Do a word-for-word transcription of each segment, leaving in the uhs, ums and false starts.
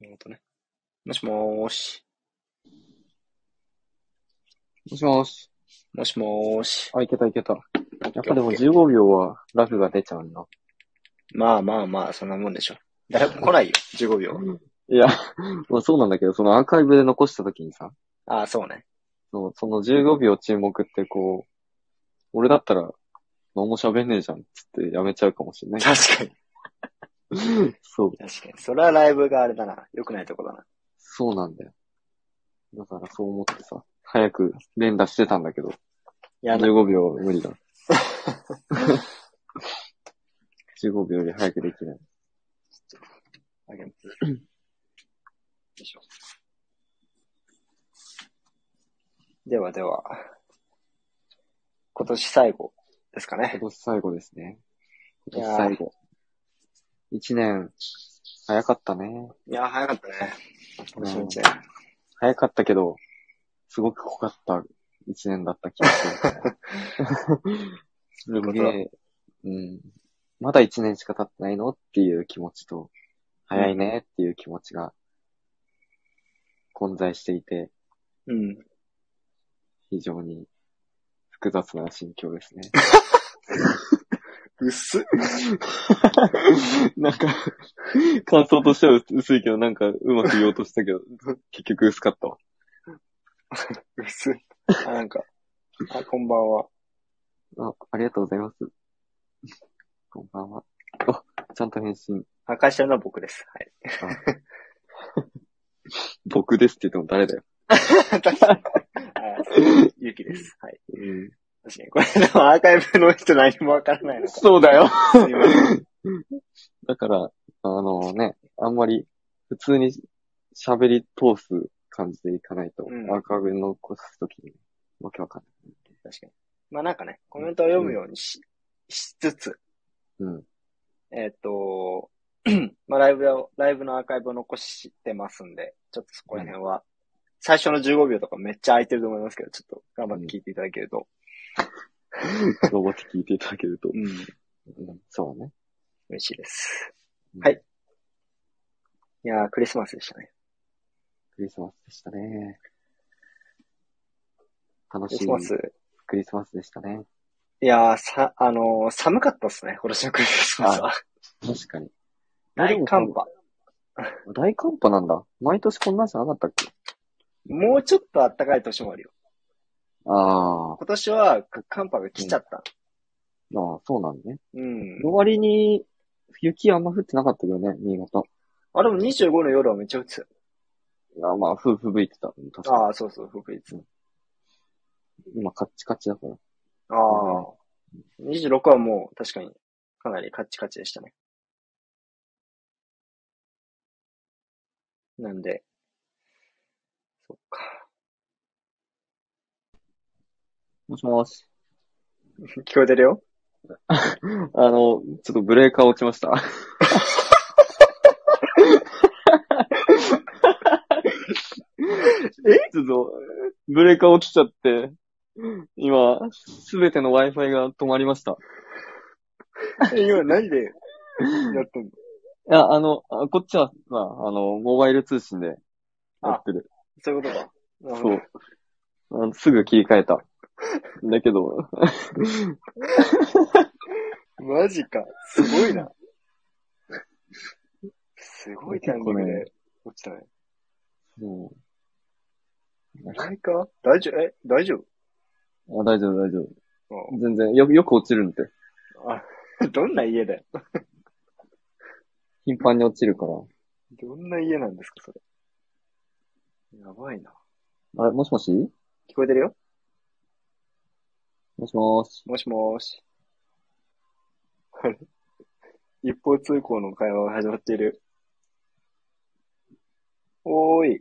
るほどね。もしもーし。 もしもし。 もしもーし。 あ、いけたいけた。やっぱでもオッケー。 じゅうごびょうはラグが出ちゃうんだ。 まあまあまあ、そんなもんでしょ。誰も来ないよ、じゅうごびょう。 いや、まあそうなんだけど、そのアーカイブで残した時にさ、 ああ、そうね。 そのそのじゅうごびょう沈黙ってこう、俺だったら何も喋んねえじゃんっつってやめちゃうかもしれない。 確かに。 そう、 確かに。それはライブがあれだな。良くないとこだな。 そうなんだよ。だからそう思ってさ、早く連打してたんだけど、 やだ。 じゅうごびょう無理だ。じゅうごびょうより早くできない。 あげます。よいしょ。ではでは、今年最後ですかね。 今年最後ですね。今いやー年最後。一年、早かったね。 いやー、早かったね。今年の一年。 早かったけど、すごく濃かった一年だった気がする。すげえ、うん。まだ一年しか経ってないのっていう気持ちと、早いねっていう気持ちが混在していて、 うん。 非常に複雑な心境ですね。 うっす。 なんか、感想としては薄いけど、なんかうまく言おうとしたけど、結局薄かったわ。 うっす。あ、なんか、あ、こんばんは。 あ、ありがとうございます。こんばんは。あ、ちゃんと返信。 あ、会社の僕です。はい。 僕ですって言っても誰だよ。 確かに。あ、そうゆうきです。はい。 うん、 確かに。これでもアーカイブの人何もわからないのか。 そうだよ。 すいません。 だから、あのね、あんまり普通に喋り通す感じでいかないと、 うん、 アーカイブ残すときにわけわかん確かに。まあなんかね、コメントを読むようにし、うん、しつつ、 うん。 えっと、まあライブを、ライブのアーカイブを残してますんで、ちょっとそこら辺は、最初のじゅうごびょうとかめっちゃ空いてると思いますけど、ちょっと頑張って聞いていただけると。 頑張って聞いていただけると。 うん。 うん、そうね。 嬉しいです。 うん、 はい。いやー、クリスマスでしたね。 クリスマスでしたね。楽クリしいスマス。 クリスマスでしたね。 いやー、さ、あのー、寒かったっすね、今年のクリスマスは。 確かに。 大寒波。 大寒波なんだ。毎年こんなんじゃなかったっけ？ もうちょっと暖かい年もあるよ。 ああ。 今年は寒波が来ちゃった。 うん、ああ、そうなんね。 うん。 の割に、雪あんま降ってなかったけどね、新潟。 あ、でもにじゅうごの夜はめっちゃ降ってたよ。 あまあ、ふ、ふぶいてた。確かに。 ああ、そうそう、福井。 今、カッチカチだから。 ああ。にじゅうろくはもう確かにかなりカッチカチでしたね。なんで、そっか。 もしもし。 聞こえてるよ。 あの、ちょっとブレーカー落ちました。えちょっと、ブレーカー落ちちゃって、今、すべての Wi-Fi が止まりました。 え、今何でやってんの？ いや、あの、あこっちは、まあ、あの、モバイル通信でやってる。 そういうことか。 そう。あのすぐ切り替えた。だけど、 マジか。すごいな。すごいタイミングで落ちたね。 も何か大丈夫え大丈夫う、あ、大丈夫、大丈夫。 う全然、よ、よく落ちるんで。 あ、どんな家だよ。 頻繁に落ちるから。 どんな家なんですか、それ。やばいな。 あれ、もしもし聞こえてるよ。 もしもーし。 もしもーし。あれ一方通行の会話が始まっている。おーい。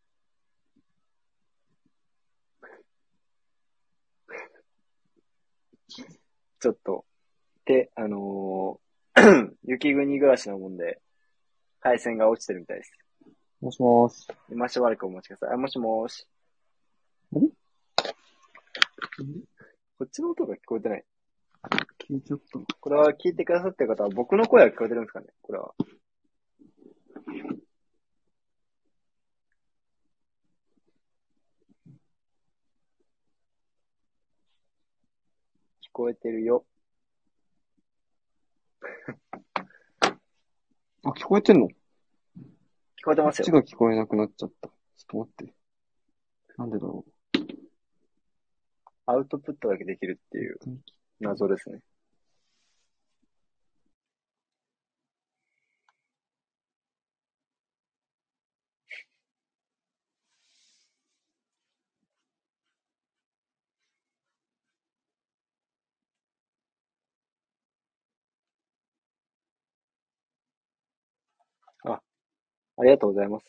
ちょっと、で、あのー、雪国暮らしなもんで、回線が落ちてるみたいです。 もしもーし。 今しばらくお待ちください。あ、もしもーし。 あれこっちの音が聞こえてない。 消えちゃった。 これは聞いてくださってる方は僕の声は聞こえてるんですかねこれは。 こえてるよ。 あ、聞こえてんの？ 聞こえてこっますよ。 ちが聞こえなくなっちゃった。ちょっと待って。なんでだろアウトプットだけできるっていうう。 謎ですね。あ、ありがとうございます。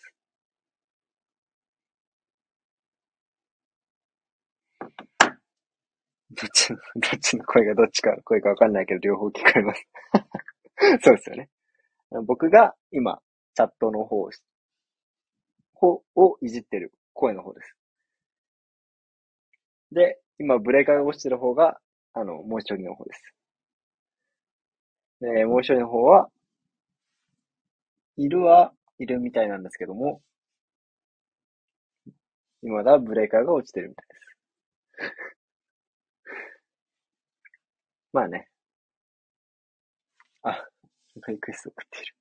どっちの、どっちの声がどっちか、声かわかんないけど、両方聞こえます。そうですよね。僕が今、チャットの方を方をいじってる声の方です。で、今、ブレーカーが落ちてる方が、あの、もう一人の方です。で、もう一人の方は、いるはいるみたいなんですけども、今だブレーカーが落ちてるみたいです。まあね。あ、リクエスト送っている。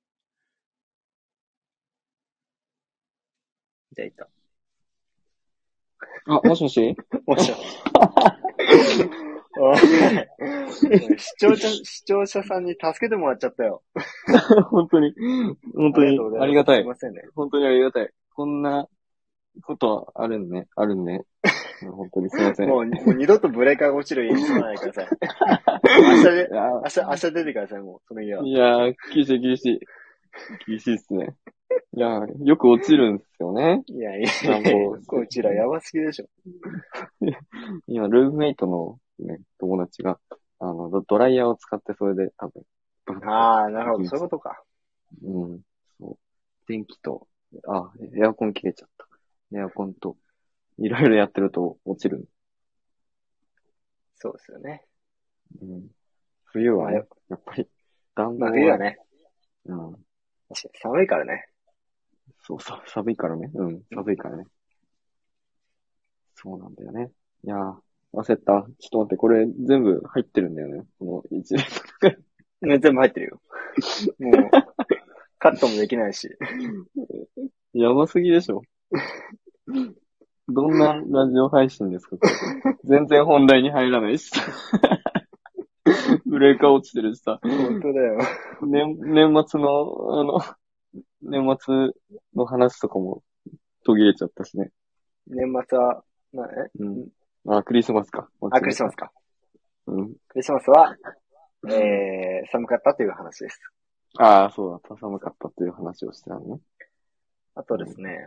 じゃあいた。 あ、もしもしもしもし。おい視聴者、視聴者さんに助けてもらっちゃったよ。 本当に、本当にありがとうございます。 ありがたい。 すいませんね。 本当にありがたい。こんなことあるんね。あるんね。本当にすいません。 もう、もう二度とブレーカーが落ちる家に住まないでください。明日で、 いや明日、明日出てください、もう、その家は。 いやー、厳しい厳しい。厳しいっすね。いやー、よく落ちるんですよね。 いやいやいなんかや、こちらやばすぎでしょ。 今、ルームメイトのね、友達が、あの、ドドライヤーを使ってそれで多分、 ああ、なるほど、そういうことか。 うん。そう。電気と、あ、エアコン切れちゃった。エアコンと、いろいろやってると落ちる。 そうですよね。 うん。冬はね、 まあ、 やっぱり、暖房まあ冬はね、 うん。 確かに寒いからね。 そうそう、寒いからね。うん、寒いからね。そうなんだよね。いやー、焦った。ちょっと待って、これ全部入ってるんだよね。この一連。 ね、全部入ってるよ。もう、カットもできないし。 やばすぎでしょ。どんなラジオ配信ですかこれ全然本題に入らないしさ。ブレーカー落ちてるしさ。 本当だよ。 年、年末の、あの、年末の話とかも途切れちゃったしね。 年末は、なえうん。あ、クリスマスか。 あ、クリスマスか。 うん。 クリスマスは、えー、寒かったという話です。 ああ、そうだった。寒かったっていう話をしてたのね。 あとですね、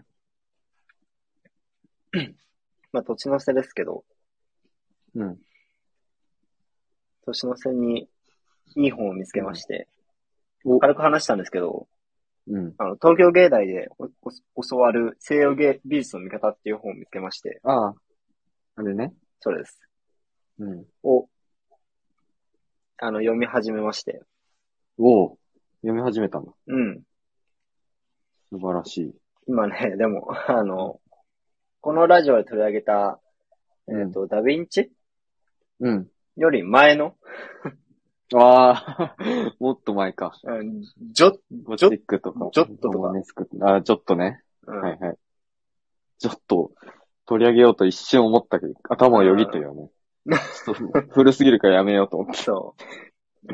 まあ、年の瀬ですけど、 うん。 年の瀬にいい本を見つけまして、 お、 軽く話したんですけど、 うん。 あの、東京芸大でおお教わる西洋芸美術の見方っていう本を見つけまして、 ああ、あれね。 それです。 うん。 を、あの、読み始めまして。 おう、読み始めたんだ。 うん。 素晴らしい。 今ね、でも、あの、このラジオで取り上げた、えっと、ダヴィンチうん。 より前の、 ああ、もっと前か。 うん、ジョ、 ゴシックとか。 ジョットとかロマネスク。ああ、ちょっとね。 うん、 はいはい。ちょっと、取り上げようと一瞬思ったけど、頭をよぎったよね。ちょっと古すぎるからやめようと思って。 そう。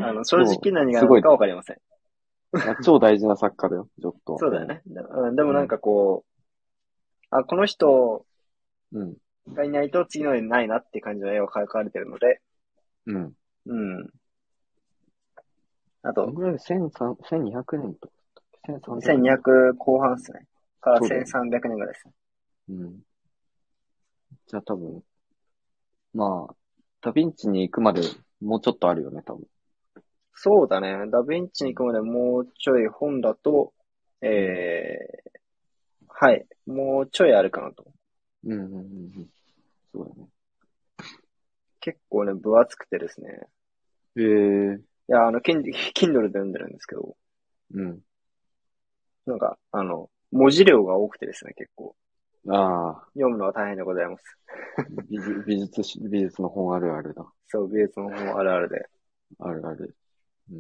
あの、正直何がすごい何かわかりません。 いや超大事な作家だよ、ちょっと。 そうだよね。うん、でもなんかこう、あ、この人うん。 がいないと次の絵ないなって感じの絵を描かれてるので、 うん。 うん。あと、 どんぐらい千三、千二百年とか千三百せんにひゃく後半っすね。からそうだよねせんさんびゃくねんぐらいですね。 うん。じゃあ多分、まあ、ダヴィンチに行くまでもうちょっとあるよね、多分。 そうだね。ダヴィンチに行くまでもうちょい本だと、えー、はい。もうちょいあるかなと。 うんうんうんうん。そうだね。 結構ね、分厚くてですね。 へえ。 いや、あの、Kindle で読んでるんですけど、 うん。 なんか、あの、文字量が多くてですね、結構。 ああ、 読むのは大変でございます。 美術、美術し、美術の本あるあるだ。 そう、美術の本あるあるで。 あるある。うん。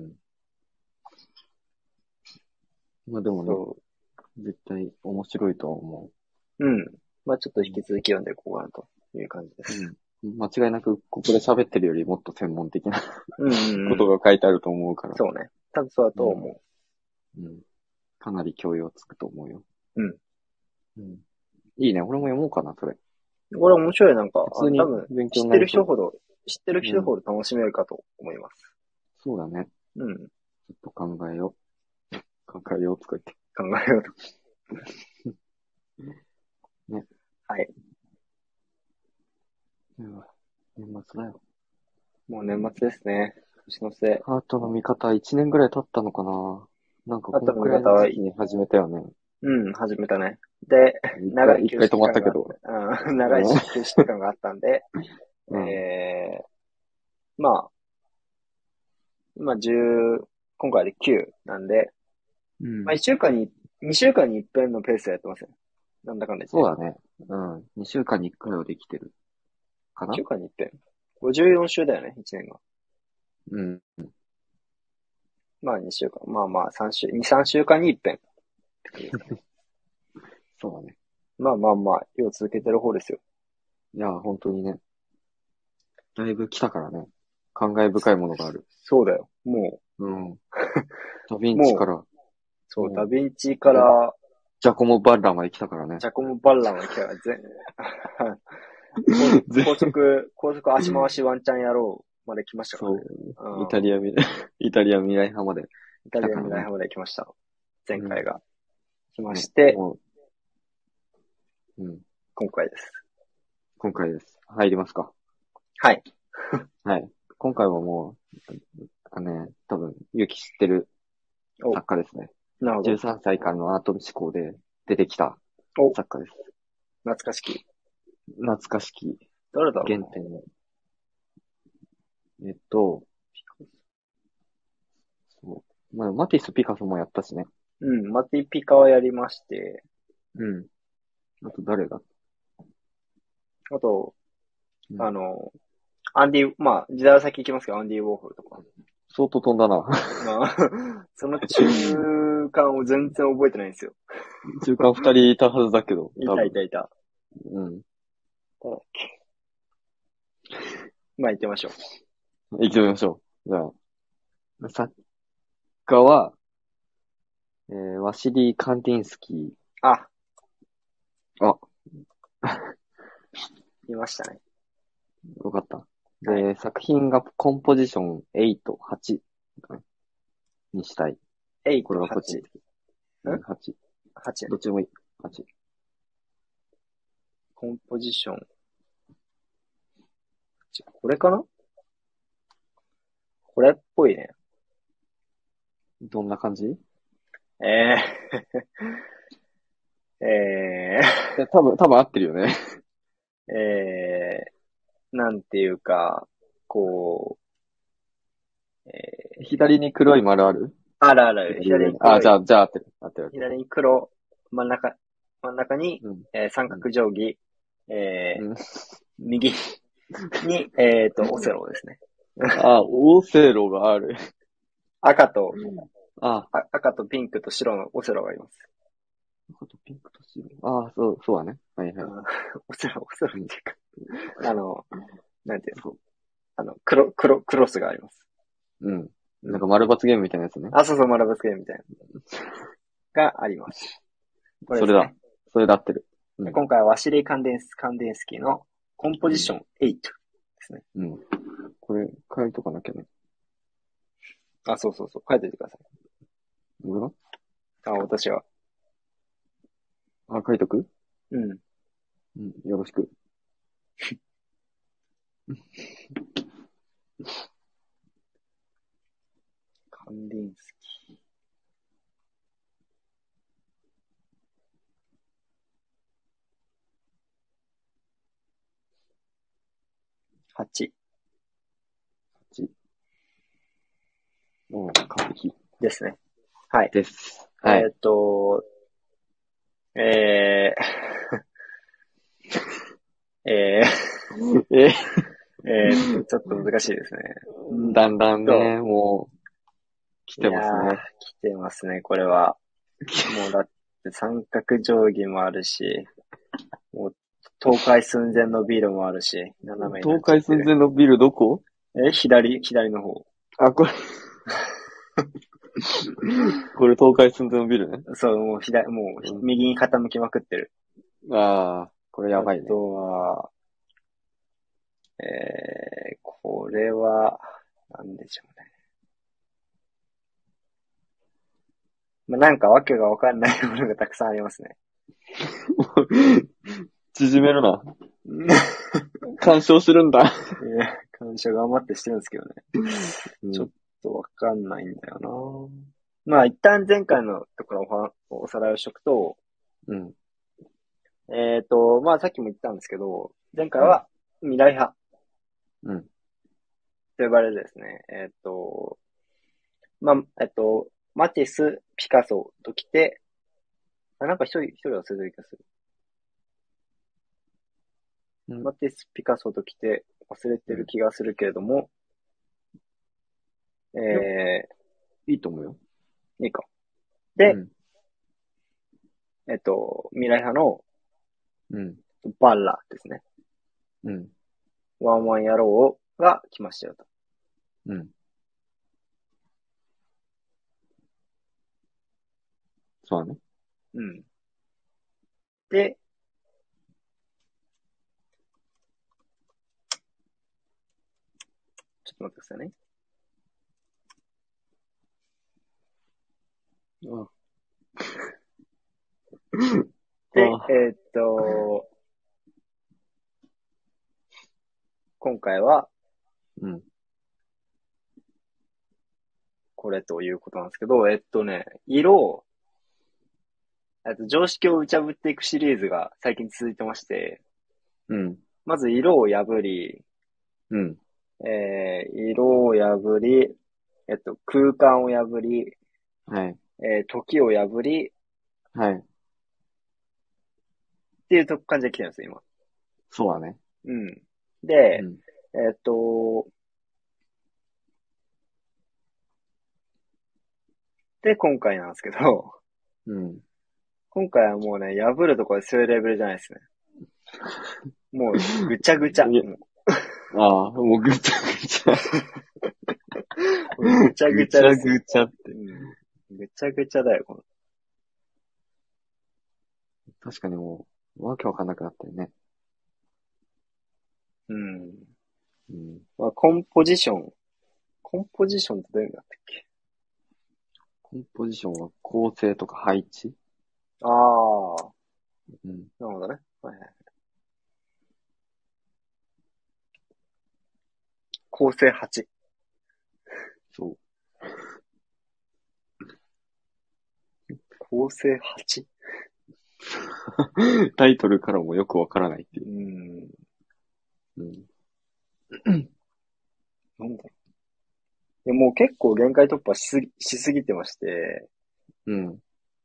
まあでもね、 そ絶対面白いとは思う。うん。まあちょっと引き続き読んでいこうかなという感じでう。 す。 うん。間違いなく、ここで喋ってるよりもっと専門的なうんうんことうん。 が書いてあると思うから。 そうね。多分そうだと思うん。かなり教養つくと思うよ。 う。うん。 うん。いいね。俺も読もうかな、それ。 これ面白い。なんか、あの、多普通に分、 勉強知ってになりそう。 る人ほど、知ってるうん。 人ほど楽しめるかと思います。 そうだね。 うん。 ちょっと考えよう。考えようとか考えようと。 言って。ね。 はい。 うん年末だよ。 もう年末ですね。年の瀬。 ハートの見方いちねんぐらい経ったのかな。なんかあとこんくらいの見方は、 の時期に始めたよね。 うん、始めたね。で、 一回、 長い休一回止まっ止期間があったけど。 た、うん、長い休止期間があったんで、 うん。 えー、まあ、今じゅう、今回できゅうなんで、まあうん。 いっしゅうかんに、にしゅうかんに一遍のペースでやってますよ。なんだかんだ言って。 そうだね。うん。にしゅうかんにいっかいはできてる。か 1 な。 週間に一遍。ごじゅうよん週だよね、いちねんが。 うん。 まあにしゅうかん。まあまあさん週、に、さん週間に一遍。 そうだね。 まあまあまあ、よう続けてる方ですよ。 いや、本当にね。だいぶ来たからね。感慨深いものがある。 そうだよ。もうん。ダヴィう、もう、 ンチから、 そう、ダもヴィンチから、 う、ジャコモ・バッラまで来たからね。 ジャコモ・バッラまで来たから、全、 ぜ高速、高速足回しワンチャンやろうまで来ましたからそね。 う。イタうん。 リア未来、イタリア未来派までイタ来たからね。 リア未来派まで来ました。前回が来まね、 して、 もう、うん。 今回です。 今回です。入りますか。 はい。 はい。今回はもう、あのね、多分、ゆき知ってるお、 作家ですね。 なるほど。 じゅうさんさいからのアート思考で出てきたお、 作家です。 懐かしき。 懐かしき誰だろうな。 原点の。えっと、そう。まあ、マティス・ピカソもやったしね。 うん、マティピカはやりまして、 うん。あと誰だ。 あと、 うん、 あの、アンディ、まあ、時代は先行きますけど、アンディ・ウォーホルとか。 相当飛んだな。 まあ、その中間を全然覚えてないんですよ。 中間二人いたはずだけど、 い多分。 たいたいた。 うん。 誰だっけ。まあ、行ってみましょう。 行ってみましょう。じゃあ、作家は、えー、ワシリー・カンディンスキあ、 ー。あ、 いましたね。 よかった。 はで、作品がコンポジションはち、はちにしたい。これははち、 こっち。うん、はち。 はち。 どっちでもいい。はち。 コンポジション。これかなこれっぽいね。 どんな感じ？ えー、えいや、多分、多分合ってるよね。 ー、えー、なんていうか、こう、え左に黒い丸ある？ ー、あるある、 左上に。あ、 左に黒い、 じゃあ、じゃあ合ってる。合ってる合ってる。 左に黒、真ん中、真ん中に、 うん。 えー三角定規、えー、 うん。 右に、えっと、オセロですね。 あ、オセロがある。 赤と、 あ、 あ赤とピンクと白のオセロがあります。 赤とピンクと白。あ、そう、そうだね。はいはい。 うん、オセロ、オセロっていうか、あの、なんていうの、 そう。 あの、クロ、クロ、クロスがあります。 うん。 うんなんか丸抜ゲームみたいなやつね。 あ、そうそう、マラブスケみたいな。があります。これですね。 それだ。それで合ってる。うん。 今回はワシリー・カンデンス、カンデンスキーのコンポジションはちですね。 うん。これ、書いとかなきゃね。 あ、そうそうそう。書いておいてくださ俺がい。あ、私は。 あ、書いとく？ うん。 うん。よろしく。 カンデンスキー。はちおー、完璧。 ですね。はい。 です。はい。 えーっと、えー、 えー、 ええー、ちょっと難しいですね。 だんだんね、もう、来てますいやー、 ね。 来てますね、これは。もうだって三角定規もあるし、もう倒壊寸前のビルもあるし、斜めにな東っちゃってる。 海寸前のビルどこ？ え、左、左の方。 あ、これ、これ東海寸前のビルね。 そう、もう左、もううん右に傾きまくってる。 ああ、これやあばいね。 とは、えー、これは、なんでしょうね。まあ、なんかわけがわかんないものがたくさんありますね。 縮めるな。干渉するんだ。 いや、干渉頑張ってしてるんですけどね。 うんちょっとわかんないんだよな。まあ一旦前回のところをおおさらいをしとくと、 うん。 えっと、まあさっきも言ったんですけど、前回は未来派うん。 と呼ばれるですね、えっと、まあ、えっと、マティス、ピカソときて、あ、なんか一人、一人忘れてる気がする。 うんマティス、ピカソときて忘れてる気がするけれども、えいいと思うよ。 ー、いいか。で、 うん。 えっと、未来派のうん。 バッラですね。 うん。 ワンワン野郎が来ましたよと。 うん。そうだね。 うん。で、ちょっと待ってくださいね。 あで、 あえーっと、今回はうん。 これということなんですけど、えっとね、色を、えっと、常識を打ち破っていくシリーズが最近続いてまして、 うん。 まず色を破り、 うん。 えー、色を破り、えっと、空間を破り、 はい。 えー、時を破り、っはい。 ていうと感じで来てるんですよ、今。 そうだね。 うん。で、 うん。 えっと、で、今回なんですけど、 うん。 今回はもうね、破るところでそういうレベルじゃないですね。もう、ぐちゃぐちゃ。 いやもああ、もうぐちゃぐちゃ。 う、もうぐちゃぐぐちゃちゃですよ。 ぐちゃって。 うん。ぐちゃぐちゃだよ、この。 確かにもう、わけわかんなくなったよね。 うん。 うん。 まあ、コンポジション。コンポジションってどういうのだったっけ？ コンポジションは構成とか配置。 ああ、 うん。 なるほどね。はいはい。構成はち。 そう。 構成 はち？ タイトルからもよくわからないっていうう。ん。 うん。 なんだろう。いや、もう結構限界突破しすぎ、しすぎてまして、 うん。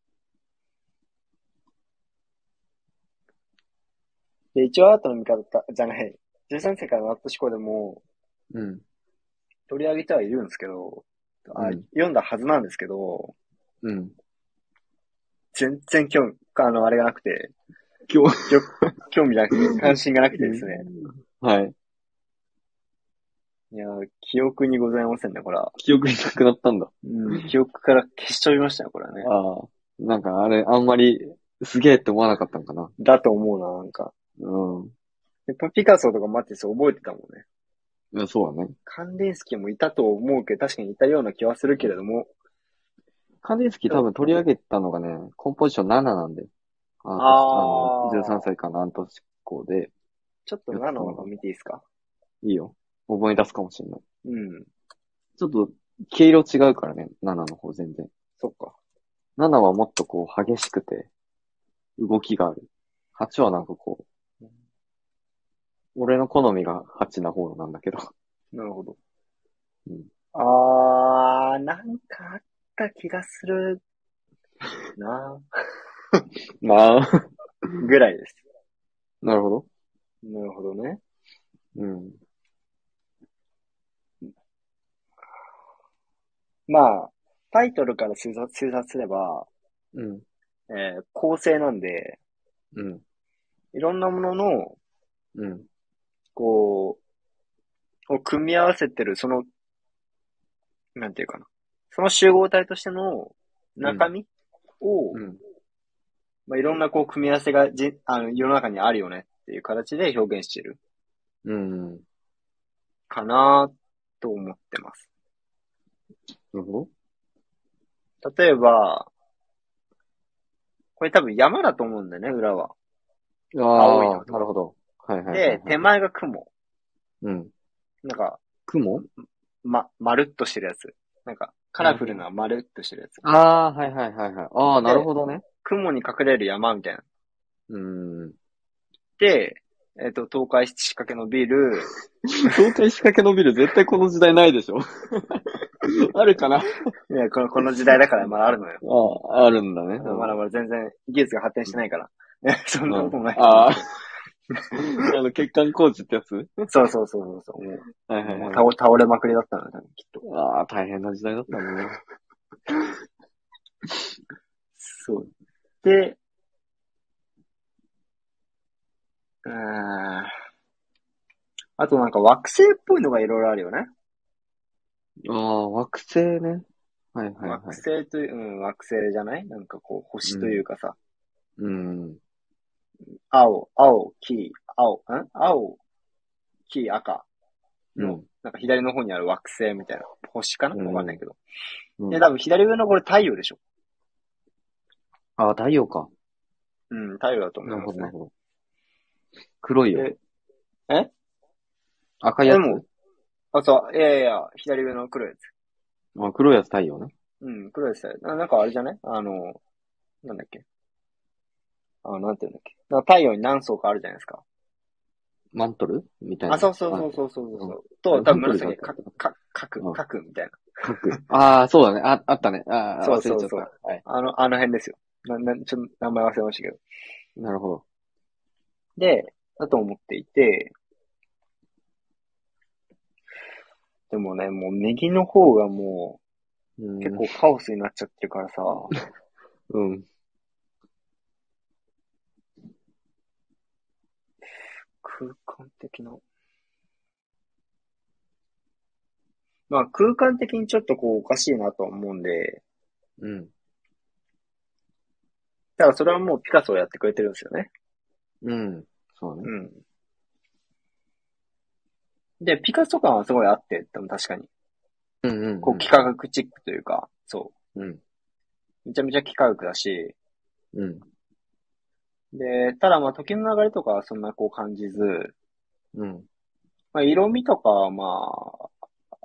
で、一応アートの見方じゃない、じゅうさん世界のアート思考でもうん。 取り上げてはいるんですけど、あ、 うん。 読んだはずなんですけど、 うん。 全然興味、あの、あれがなくて、 今日、 興興味なくて、関心がなくてですね。 はい。 いやー、記憶にございませんね、これは。 記憶になくなったんだ。 うん、記憶から消しちゃいましたね、これはね。 ああ。なんかあれ、あんまり、すげえって思わなかったのかな。 だと思うな、なんか。 うん。 やっぱピカソとかマティス覚えてたもんね。 いや、そうだね。 カンデンスキーもいたと思うけど、確かにいたような気はするけれども。 カンディンスキー多分取り上げたのがね、コンポジションなななんで。ああの、じゅうさんあー、 さいかな、アント思考で。 ちょっとななの方見ていいですか？ いいよ。思い出すかもしれない。 うん、 ちょっと、毛色違うからね、ななの方全然。 そっか。 ななはもっとこう、激しくて、動きがある。はちはなんかこう、俺の好みがはちな方なんだけど。 なるほど。 うん、 あー、なんかあった気がするななあ、 ぐらいです。 なるほど。 なるほどね。 うん。 まあ、タイトルから推察、推察すれば、 うん。 えー構成なんで、 うん。 いろんなものの、 うん。 こう、を組み合わせてる、その、なんていうかな。その集合体としてのうん。 中身を、 うん。 まあ、いろんなこう組み合わせがじ、あの、世の中にあるよねっていう形で表現してるうん。 かなと思ってます。 なるほ例えば、これ多分山だと思うんだよね、裏は。 ど。ああ、 青いのとか。 なるほど。はいはいはで、 いはい。 手前が雲。 うん。 なんか、 雲。 ま、まるっとしてるやつ。なんか、カラフルなまるっとしてるやつ。 ああー、はいはいはいはい。ああ、なるで、 ほどね。 雲に隠れる山みたいな。 うん。 で、えっ、と、倒壊しかけのビル。 東海仕掛けのビル絶対この時代ないでしょ。あるかな。 いや、この、この時代だからまだあるのよ。 ああ、あるんだね。 まだまだ全然技術が発展してないから。そんうん。 なこともないと思うああ、 けど。 あの、血管工事ってやつ。 そうそうそうそうそう。もう、もう倒、 はいはいはい。 倒れまくりだったのよ、多分きっと。 ああ、大変な時代だったね。 そう。で、うーん。あとなんか惑星っぽいのがいろいろあるよね。 ああ、惑星ね。はいはい惑はい。 星という、うん、惑星じゃないなんかこう、星というん。 うかさ、 うん。 青、青、黄、青、ん青、黄、赤の、 うん。 なんか左の方にある惑星みたいな。星かなうん。 わかんないけど。で、 うん。 多分左上のこれ太陽でしょ。 ああ、太陽か。 うん、太陽だと思なるほど、なるいますね。 ほど。黒いよ。 で、え赤いやつ。 でも、あ、そう、いやいやいや、左上の黒いやつ。 あ、黒いやつ太陽ね。 うん、黒いやつだよ。ななんかあれじゃないあの、なんだっけあの、なんていうんだっけなんか太陽に何層かあるじゃないですか。 マントルみたいあ、 な。 そうそうあ、 そうそうそううん。 そう。と、多分マントルじゃな紫、か、 かったかか、核、 な。うん。 核みたいな。 核。ああ、そうだね。あ、あったね。ああ、 そう忘れちゃった。 そうそう。 はい。 あの、あの辺ですよ。な、な、ちょっと名前忘れましたけど。 なるほど。 で、だと思っていて、でもね、もう右の方がもう結うん。 構カオスになっちゃってるからさ、 うん。 空間的な。まあ空間的にちょっとこうおかしいなと思うんで、 うん。 ただそれはもうピカソをやってくれてるんですよね。 うん。そうね。 うん。で、ピカソ感はすごいあって、でも確かに。 うんうんこう、 うん幾何学チックというか、そうん。うん。 う。めちゃめちゃ幾何学だし、 うん。 で、ただまあ時の流れとかはそんなこう感じず、 うん。 まあ色味とかはまあ、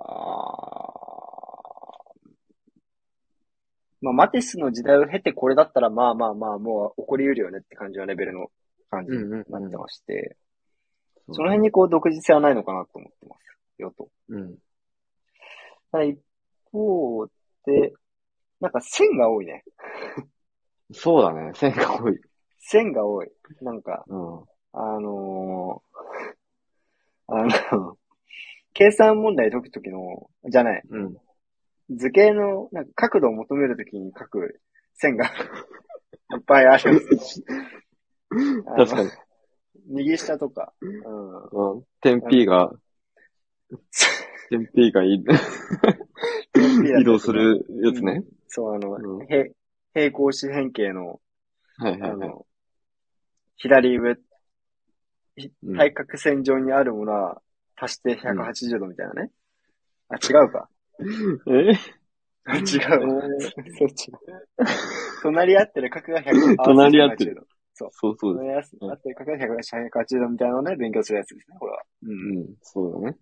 あーまあマティスの時代を経てこれだったらまあまあまあもう起こり得るよねって感じのレベルの感じにうんうんなってうん。 まして、そのそうね。 辺にこう独自性はないのかなと思ってますよと。 うん。 ただ一方で、なんか線が多いね。 そうだね。線が多い。 線が多い。なんか、 うん。 あのー、あの、計算問題解くときの、じゃない、 うん。 図形のなんか角度を求めるときに書く線がいっぱいありますね。あの、 確かに。 右下とか、 うん。点うん。 P が、点 P がいい。 点 P だっ移動たりとか、 するやうん。 つね。 そう、あの、 うん。 平、平行四辺形の、 はいはいはい。 あの、左上、ひうん。 対角線上にあるものは足してうん。 ひゃくはちじゅうどみたいなね。あ、違うか。 えあ、違えうわ。そー、 そう違う。隣り合ってる角がひゃく、合わせて180 隣り合ってる。 度。そう。 そうそうです。 隣り合ってる角がひゃくはちじゅうどみたいなのをね、勉強するやつですね、これは。うん。 うん。そうだね。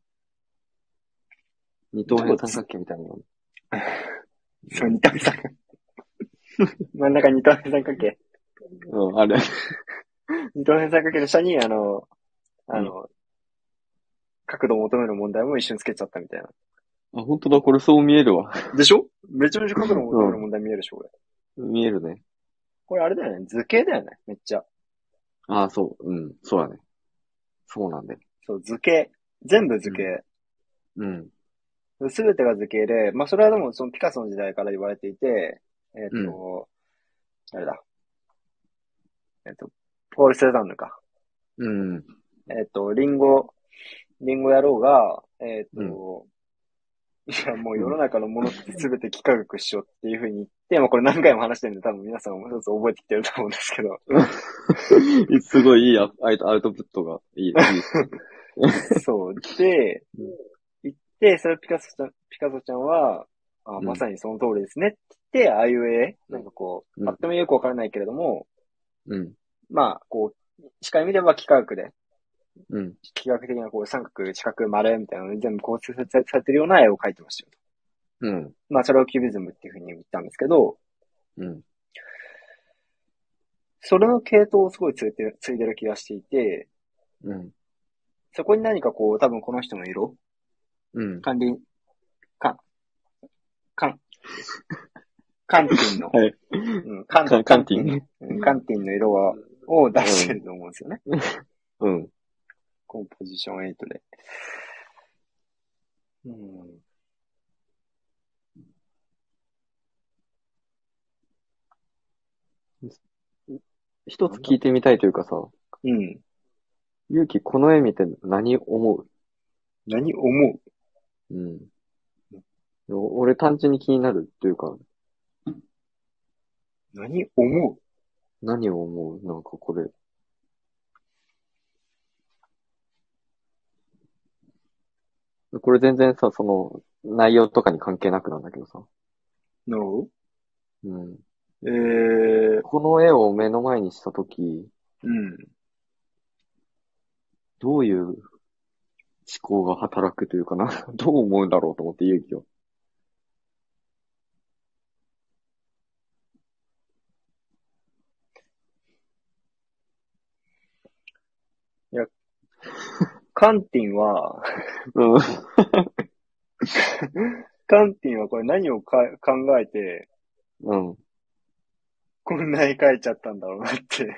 二等どうつ、 辺三角形みたいなの。 そう、二等辺三角。真ん中二等辺三角形。 うん、あれ。 二等辺三角形の下に、あの、 うん。 あの、角度を求める問題も一緒につけちゃったみたいな。 あ、本当だ、これそう見えるわ。 でしょめちゃめちゃ角度を求めるう問題見えるでしょ、これ。 ん。見えるね。 これあれだよね。図形だよね。めっちゃ。 ああ、そう。うん。そうだね。 そうなんだよ。 そう、図形。全部図形。 うん。 すべてが図形で、まあそれはでもそのピカソの時代から言われていて、えっ、 うん。 と、あれだ。えっ、と、ポール・セザンヌか。 うん。 えっ、と、リンゴ、リンゴ野郎が、えっ、 うん。 と、いや、もう世のうん。 中のものってすべて幾何学しようっていうふうに言って、まあこれ何回も話してるんで多分皆さんも一つ覚えてきてると思うんですけど。 すごいいいアアウトアウトプットがいい、いいですね。 そう。で、言って、それピカソちゃん、ピカソちゃんは、あ、 うん。 まさにその通りですねって言って、ああいう絵、 うん。 なんかこう、 うん。 パッと見よくわからないけれども、 うん。 まあ、こう、視界見れば幾何学で、 うん。 幾何学的なこう三角、四角、丸みたいなのに全部構成されされてるような絵を描いてましたよ。 うん。 まあ、それをキュビズムっていうふうに言ったんですけど、 うん。 それの系統をすごいついてる、ついでる気がしていて、 うん。 そこに何かこう、多分この人の色、 うん。 カンディン、カン、カン、カンティンの、 はい。 うん、カン、 カン、カカンティン、 ンティン。 うんカンティンの色は、を出してると思うんですよね。 うん。 コンポジションはちで。うん。 一つなんだ聞いてみたいというかさ、 うん。 ゆうきこの絵見て何思う？ 何思うん。俺単純に気になるというか、 う何思何を思う？なんかこれ。これ全然さ、その、内容とかに関係なくなんだけどさ。 うのうん。 えー、 この絵を目の前にしたとき、 うん。 どういう思考が働くというかな。どう思うんだろうと思って勇気を。 いや、カンティンは、 うん。 カンティンはこれ何をか考えて、 うん。 こんな絵描いちゃったんだろうなって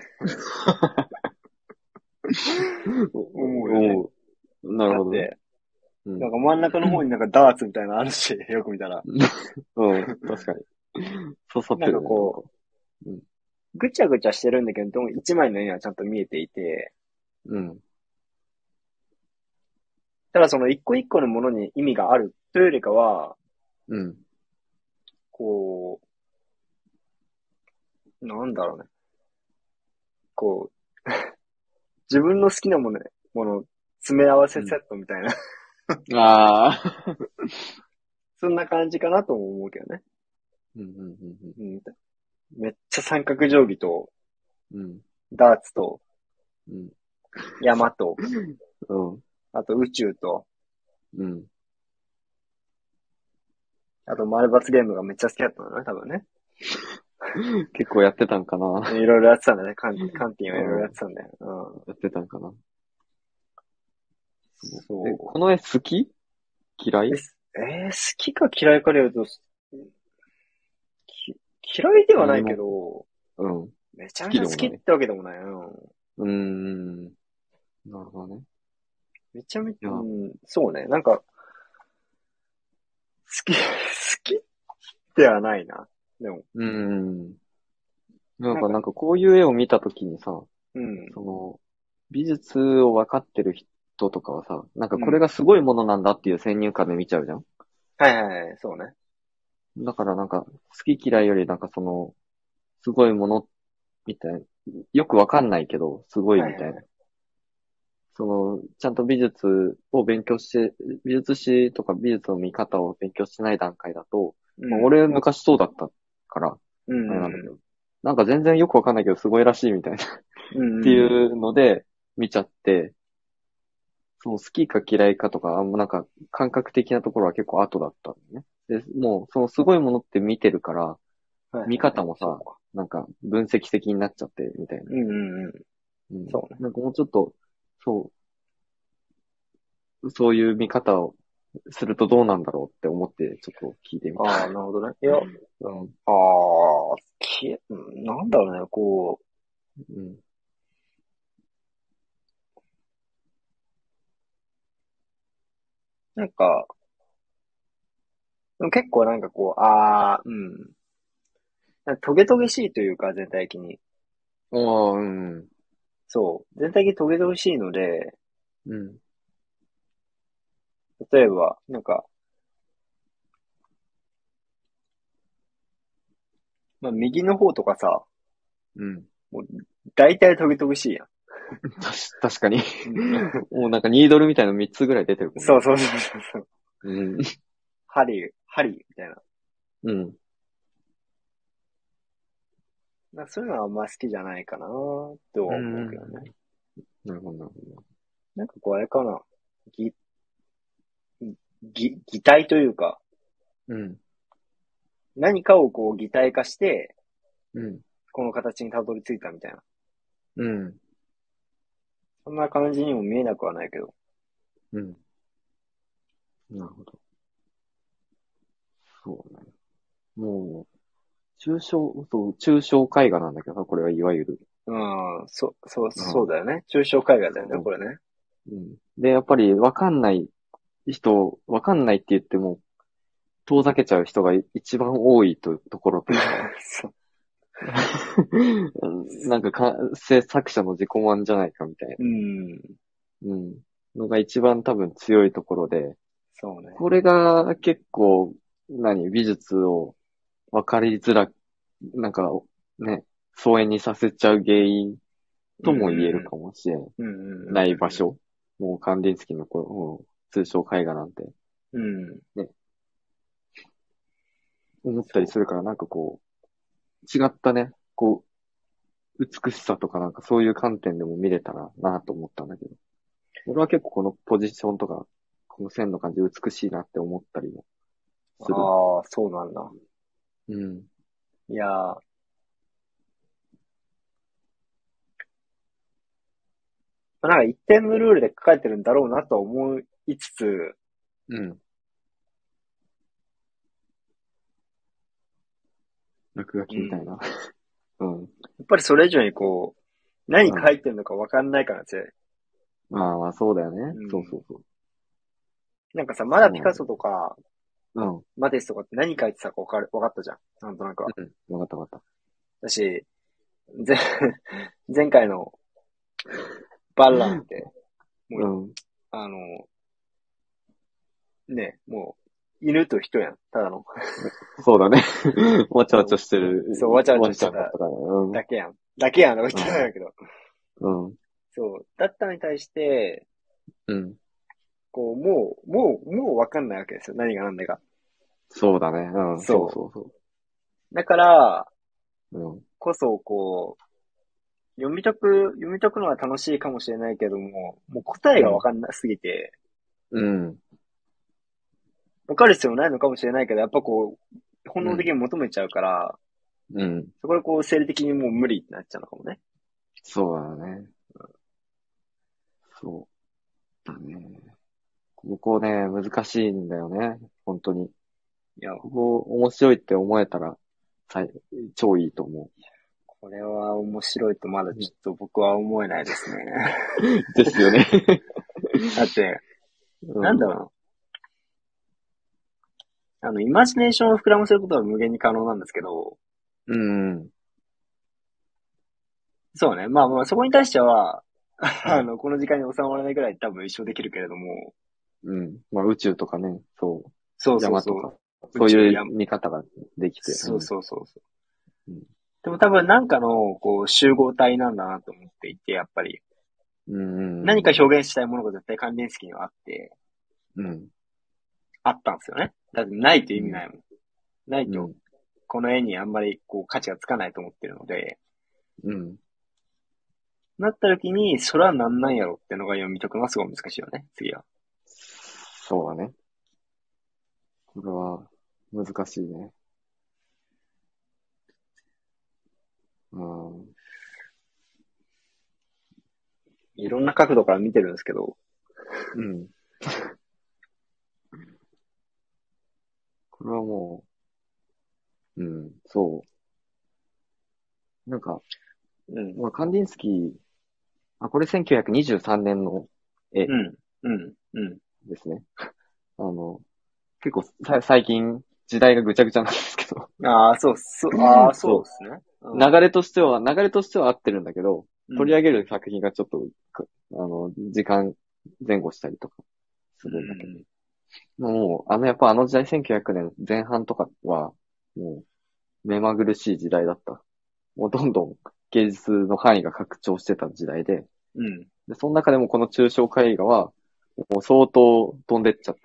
思うよね。 思う。なるほどね。 だって、 うん。 なんか真ん中の方になんかダーツみたいなのあるし、よく見たら。 うん。確かに。刺さっなんてるね、なんか。 かこうん。 う、ぐちゃぐちゃしてるんだけど、一枚の絵にはちゃんと見えていて、 うん。 ただその一個一個のものに意味があるというよりかは、 うん。 こう、なんだろうね。こう、自分の好きなもの、もの、詰め合わせセットみたいな、 うん。ああ。 そんな感じかなとも思うけどね。 うん、うん、 うん、めっちゃ三角定規と、 うん。うん。 ダーツと、 うん。 山と、 うん。 あと宇宙と、 うん。 あと丸抜ゲームがめっちゃ好きだったのね、多分ね。 結構やってたんかな。 いろいろやってたんだね。カン、カンティンはいろいろやっうん。 てたんだよ。うん。 やってたんかな。え、 そこの絵好き？嫌う。 い？ え、えー好きか嫌いかで言うと、き嫌いではないけ何も。 ど、 うん。好めちゃめちゃ好きっきでもない。 てわけでもない。うん。 うーん。なるほどね。 めちゃめちゃ、 いや、 うん、そうね。なんか、好き、好きではないな。でも、 うーん。なんか、 なんか、 なんかこういう絵を見たときにさ、 うん、 その、美術を分かってる人とかはさ、なんかうん。 これがすごいものなんだっていう先入観で見ちゃうじゃん。 はいはいはい、そうね。 だからなんか、好き嫌いよりなんかその、すごいものみたいな、よくわかんないけど、すごいみたいな。 はいはいはい。 その、ちゃんと美術を勉強して、美術史とか美術の見方を勉強してない段階だと、まあ、 うん、 俺昔そうだったから、 うん、 あれなんだけど、なんか全然よくわかんないけど、すごいらしいみたいなっうん、 てうん。 いうので、見ちゃって、その好きか嫌いかとか、あんまなんか感覚的なところは結構後だったんだね。で、もうそのすごいものって見てるから、見はいはいはい。 方もさ、 そうか。 なんか分析的になっちゃってみたいな。 うん、うん、うん。 うん。 そうね。 なんかもうちょっと、そう、そういう見方をするとどうなんだろうって思って、ちょっと聞いてみた。 ああ、なるほどね。いや、 うん。 ああ、き、うんなんだろうね、こうん。 なんか、でも結構なんかこう、あー、うん。なんかトゲトゲしいというか、全体的に。 ああ、うん。 そう。全体的にトゲトゲしいので、 うん。 例えば、なんか、まあ、右の方とかさ、 うん。 もう、大体トゲトゲしいやん。 たし、確かに。 うん。 もうなんかニードルみたいなみっつぐらい出てるもんね。 そうそうそうそうそう。 うん。 針、針、みたいな。 うん。 なんかそういうのはあんま好きじゃないかなってうは思うけどん。 ね。 なるほど、なるほなんかこうあれかな。ぎ、ぎ、擬態というか、 ど。うん。 何かをこう擬態化して、 うん。 この形にたどり着いたみたいな。 うん。 そんな感じにも見えなくはないけど。 うん。なるほど。そうね。もう、抽象、そう、抽象絵画なんだけどさ、これはいわゆる。 うん、そ、そう、 うん。 そうだよね。抽象絵画だよね、 そこれね。 う。うん。で、やっぱりわかんない人、わかんないって言っても、遠ざけちゃう人が一番多いと、ところというか、 そう。 なんかか、制作者の自己満じゃないかみたいな。 うん、 うん。のが一番多分強いところで、 そうね。 これが結構、何、美術を分かりづら、なんか、ね、疎遠にさせちゃう原因うん、 とも言えるうん、 かもしれうん、うん、 ない場所。もうカンディンスキーのこの、うん通称絵画なんて、 うん、うん。 ね、思ったりそするから、なんかこう、違ったね、こう、美しさとかなんかそういう観点でも見れたらなと思ったんだけど。俺は結構このポジションとか、この線の感じ美しいなって思ったりもう。 する。 ああ、そうなんだ。 うん。 いやー、まあなんか一定のルールで書かれてるんだろうなとは思いつつ、やうん。落書うん。 きみたいな。うん。 っぱりそれ以上にこう、何うん。 書いてるのかわかんないから強い。 まあまあ、そうだよね。 うん。 そうそうそう。 なんかさ、まだピカソそうなんだよ。 とか、 うん。 マティスとかって何書いてたかわかる、わかったじゃん。なんとなくは。 うん。わかったわかっだし、ぜ前回のバッランって、もた。 う、 うん。 あの、ね、もう、犬と人やん。ただの。 そうだね。わちゃわちゃそう、 してるそう、わちゃわちワンちゃしてたゃんだったから。うん。 だけやん。だけやんとか言ってうん。 たんだけど。 うん。 そう。だったのに対して、 うん。 こう、もう、もう、もうわかんないわけですよ。何が何だか。 そうだね。うん。そうそそうそう。だから、 う。うん。 こそ、こう、読み解く、読み解くのは楽しいかもしれないけども、もう答えうん。 がわかんなすぎて、 うん。 わかる必要ないのかもしれないけど、やっぱこう、本うん。 能的に求めちゃうから、 うん。 そこでこう、生理的にもう無理ってなっちゃうのかもね。 そうだね。そうだね。ここね、難しいんだよね。本当に。 いや、 ここ面白いって思えたら、さい超いいと思これは面白いとまだう。 ちょっと僕は思えないですね。 ですよね。 だって、 うん。 なんだろうな。あの、イマジネーションを膨らませることは無限に可能なんですけど、 うん。 そうね。まあまあ、そこに対しては、 うん。 あの、この時間に収まらないぐらい多分一生できるけれども、 うん。まあ宇宙とかね、そそうう。 そうそう。 山とか、そう宇宙や、 いう見方ができて。 そううん。 そうそうそう。 うん。 でも多分なんかの、こう、集合体なんだなと思っていて、やっぱり。 うん。 何か表現したいものが絶対関連式にはあって、 うん。 あったんですよね。だってないと意うん。 味ないもん。ないと、 うん。 この絵にあんまりこう価値がつかないと思ってるので、 うん。 なった時に、それはなんなんやろってのが読み解くのはすごい難しいよね、次は。 そうだね。これは難しいね。うん。 いろんな角度から見てるんですけど、 うん。これはもう、うん、そう。なんか、 うん、 まあ、カンディンスキー、あ、これせんきゅうひゃくにじゅうさんねんの絵うん、うん、うん、 ですね。 結構さ最近時代がぐちゃぐちゃなんですけど。 ああ、そう、そう、ああ、そうですね。うん、 流れとしては、流れとしては合ってるんだけど、取り上げげる作品がちょっと、あの、時間前後したりとかするんだけど。もう、あの、やっぱあの時代、せんきゅうひゃくねんぜん半とかは、もう、目まぐるしい時代だった。もうどんどん芸術の範囲が拡張してた時代で、 うん。 でその中でもこの抽象絵画は、もう相当飛んでっちゃった。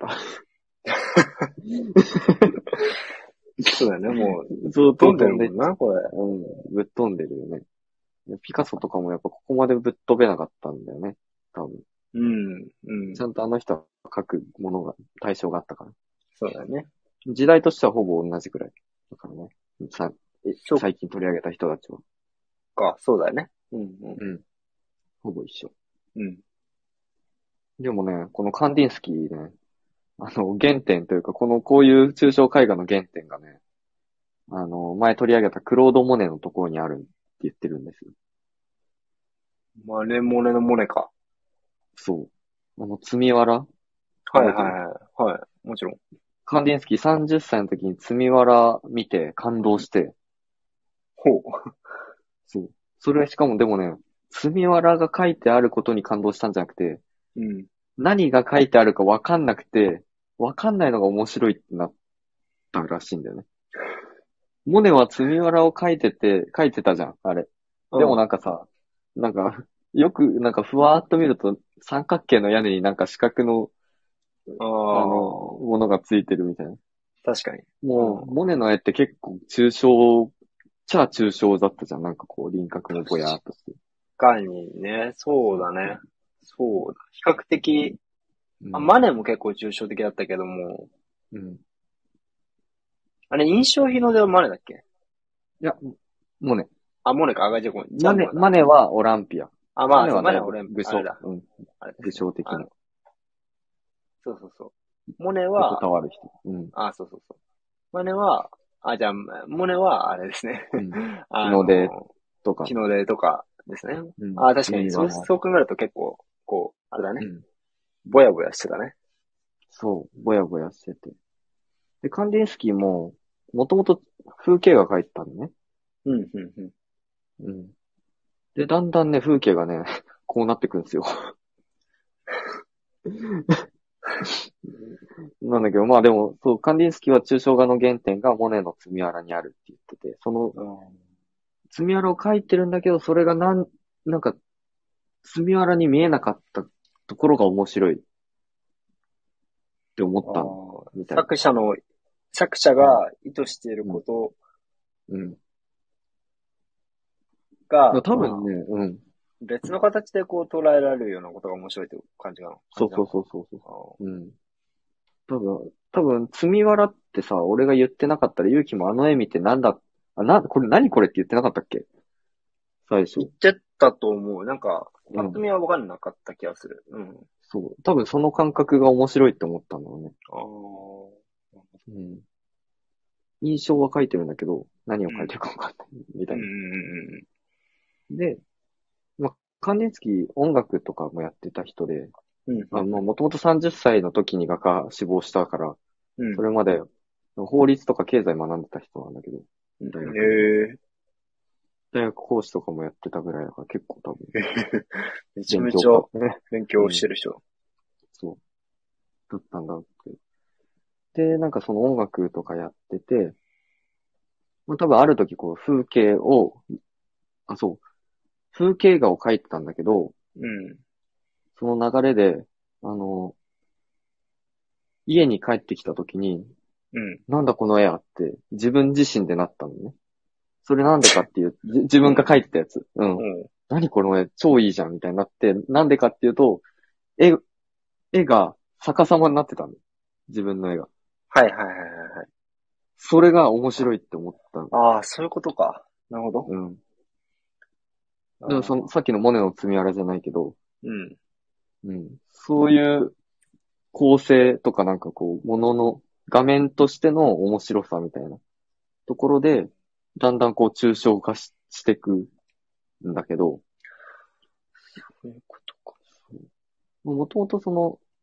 そうだよね、もう、 相当飛んでる飛んでっちゃっもんな、これ。 た。うん、ぶっ飛んでるよね。ピカソとかもやっぱここまでぶっ飛べなかったんだよね。多分。 うん、うん。 ちゃんとあの人は描くものが、対象があったから。 そうだよね。 時代としてはほぼ同じくらい。だからね。さえそう最近取り上げた人たちは。 か、そうだよね。うん、うん。 うん。ほぼ一緒。 うん。 でもね、このカンディンスキーね、あの、原点というか、このこういう抽象絵画の原点がね、あの、前取り上げたクロード・モネのところにあるって言ってるんですよ。 マネモネのモネか。 そう。あの、積みわらはいはい覚えてるはい。はい。もちろん。 カンディンスキーさんじゅっさいの時に積みわら見て感動して、 ほう。 そう。それはしかもでもね、積みわらが書いてあることに感動したんじゃなくて、 うん。 何が書いてあるかわかんなくて、わかんないのが面白いってなったらしいんだよね。モネは積みわらを書いてて、書いてたじゃん、あれ。でもなんかさ、なんか、よく、なんかふわーっと見ると、三角形の屋根になんか四角の、 ああの、 あ、 ものがついてるみたいな。 確かに。 もう、 うんモネの絵って結構抽象、ちゃ抽象だったじゃん。なんかこう、輪郭もぼやーっとして。 確かにね、そうだね。そうだ。比較的、 うん、 あ、マネも結構抽象的だったけども、 うん。 あれ、印象派のではマネだっけ？ いや、モネ。 あ、モネか、あがじゃごめん。じゃマネ、 あモネだ。 マネはオランピア。 あ、まあ、そう、 マネはだいマネは俺、 ぶ具象、 あれだ。 うん、 あれですね具象的な。 あのそうそうそう。モネ横は、 たわる人。うん。 あ、そうそうそう。マネは、あ、じゃあ、モネは、あれですね。 うん。 あ日の出の、 とか。 日の出とかですね。 うん。 あ、確かに、そう、 麦わら。 そう考えると結構、こう、あれだね。 うん。 ぼやぼやしてたね。 そう、ぼやぼやしてて。で、カンディンスキーも、もともと風景画描いてたのね。 うん、うん、うん。 うん。で、だんだんね、風景がね、こうなってくんですよ。なんだけど、まあでも、そう、カンディンスキーは抽象画の原点がモネの積みわらにあるって言ってて、その積みわらを描いてるんだけど、それがなん、なんか、積みわらに見えなかったところが面白いって思ったみたいな。 作者の、作者が意図していることうん。 が、 多分ね、うん。 別の形でこう捉えられるようなことが面白いという感じなの。 そうそうそうそうそう。うん。多分、多分、積みわらってさ、俺が言ってなかったら、ゆうきもあの絵見てなんだ、あ、な、これ何これって言ってなかったっけ最初。 言ってたと思う。なんか、 うんパッと見は分かんなかった気がする。うん。 そう。多分その感覚が面白いって思ったんだろうね。 ああ。 うん。印象は描いてるんだけど、何を描いてるか分かんない。みたいな。 うんうんで、まあ、関連付き音楽とかもやってた人で、 うんうん。 あの、もともとさんじゅっさいの時に画家死亡したから、 うん。 それまで法律とか経済学んでた人なんだけど、大学でへえ。 大学講師とかもやってたぐらいだから結構多分。 めちゃめちゃ勉強家ね。 勉強してる人。 そう。だったんだって。で、なんかその音楽とかやってて、まあ、多分ある時こう風景を、あ、そう。風景画を描いてたんだけど、 うん。 その流れで、あの、家に帰ってきた時に、 うん。 なんだこの絵はって自分自身でなったのね。それなんでかっていう、じ自分が描いてたやつ。うん。 うん。 何この絵超いいじゃんみたいになって、なんでかっていうと、絵、絵が逆さまになってたの。自分の絵が。 はいはいはいはいはい。 それが面白いって思ったの。 ああ、そういうことか。なるほど。 うん。 あでもその、 ーさっきのモネの積みわらじゃないけど、 うん。 うん。そういう構成とかなんかこう、ものの画面としての面白さみたいなところで、だんだんこう抽象化し、していくんだけど、 そういうことか。 もともとその、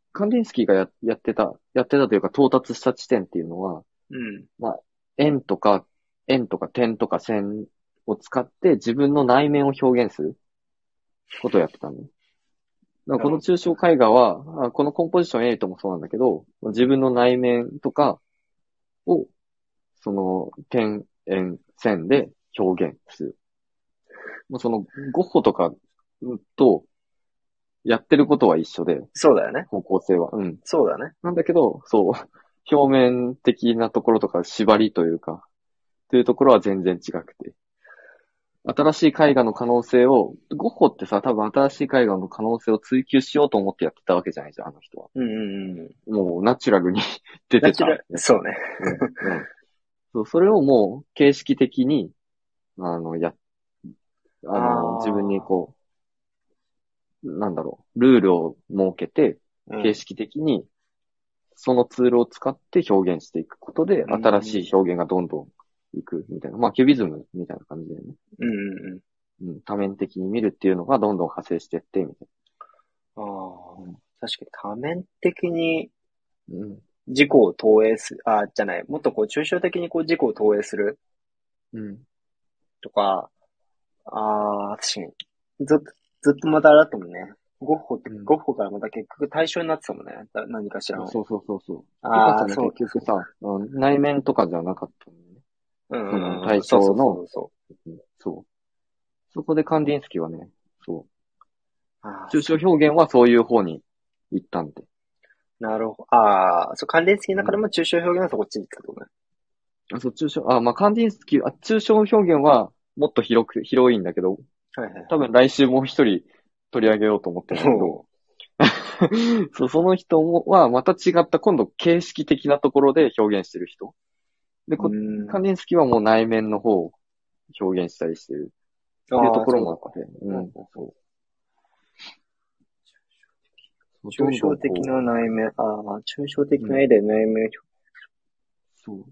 カンディンスキーがや、やってた、やってたというか到達した地点っていうのは、 うん。 まあ、円とか、円とか点とか線を使って自分の内面を表現することをやってたの。だからこの抽象絵画は、あこのコンポジションエイトもそうなんだけど、自分の内面とかを、その点、円、線で表現する。もうそのゴッホとかとやってることは一緒で、 そうだよね。 方向性は。うん。 そうだね。 なんだけど、そう、表面的なところとか縛りというか、というところは全然違くて。新しい絵画の可能性を、ゴッホってさ、多分新しい絵画の可能性を追求しようと思ってやってたわけじゃないじゃん、あの人は。 うんうんうん。 もうナチュラルに出てた。 ナチュラル、そうね。 うん。うん。そう、それをもう形式的に、あの、や、あの、自分にあこう、なんだろう、ルールを設けて、 あ。うん。 形式的に、そのツールを使って表現していくことで、 うん新しい表現がどんどんいくみたいな。まあ、キュビズムみたいな感じだよね。 うんうんうん。 うん。多面的に見るっていうのがどんどん派生していって、みたいああ。 な。 確かに多面的にうん。 自己を投影する、あ、じゃない、もっとこう抽象的にこう自己を投影するうん。 とか、ああ、確かに。ずっと、ずっとまたあれだったもんね。ゴッホって、 うん。 ゴッホからまた結局対象になってたもんね。だ何かしらの。 そうそうそうそう。ピカああ、 ソもそうだ、 結局さ、うん内面とかじゃなかったんだよね。 うんうそのんうん。 対そうそうそ象の、 うそうんそう。そこでカンディンスキーはね、そう。ああ、 う。抽そう。 象表現はそういう方に行ったんで。 なるほど。ああ、そう、関連付きの中でうん。 も抽象表現はそこっちに行ったと思うね。 あ、そう、抽象、あ、まあ、カンディンスキー、あ、抽象表現はもっと広く、広いんだけど、 はいはい。 多分来週もう一人取り上げようと思ってるんだけど、 おそう、その人もはまた違った今度形式的なところで表現してる人。で、 うこ、 ーん。 カンディンスキーはもう内面の方を表現したりしてるっていうとああ、 ころそういうことか。 もあって、うん、そう。ど抽んどんこ象的な内面、ああ、抽象的う、うん、 な絵で内面、 そう。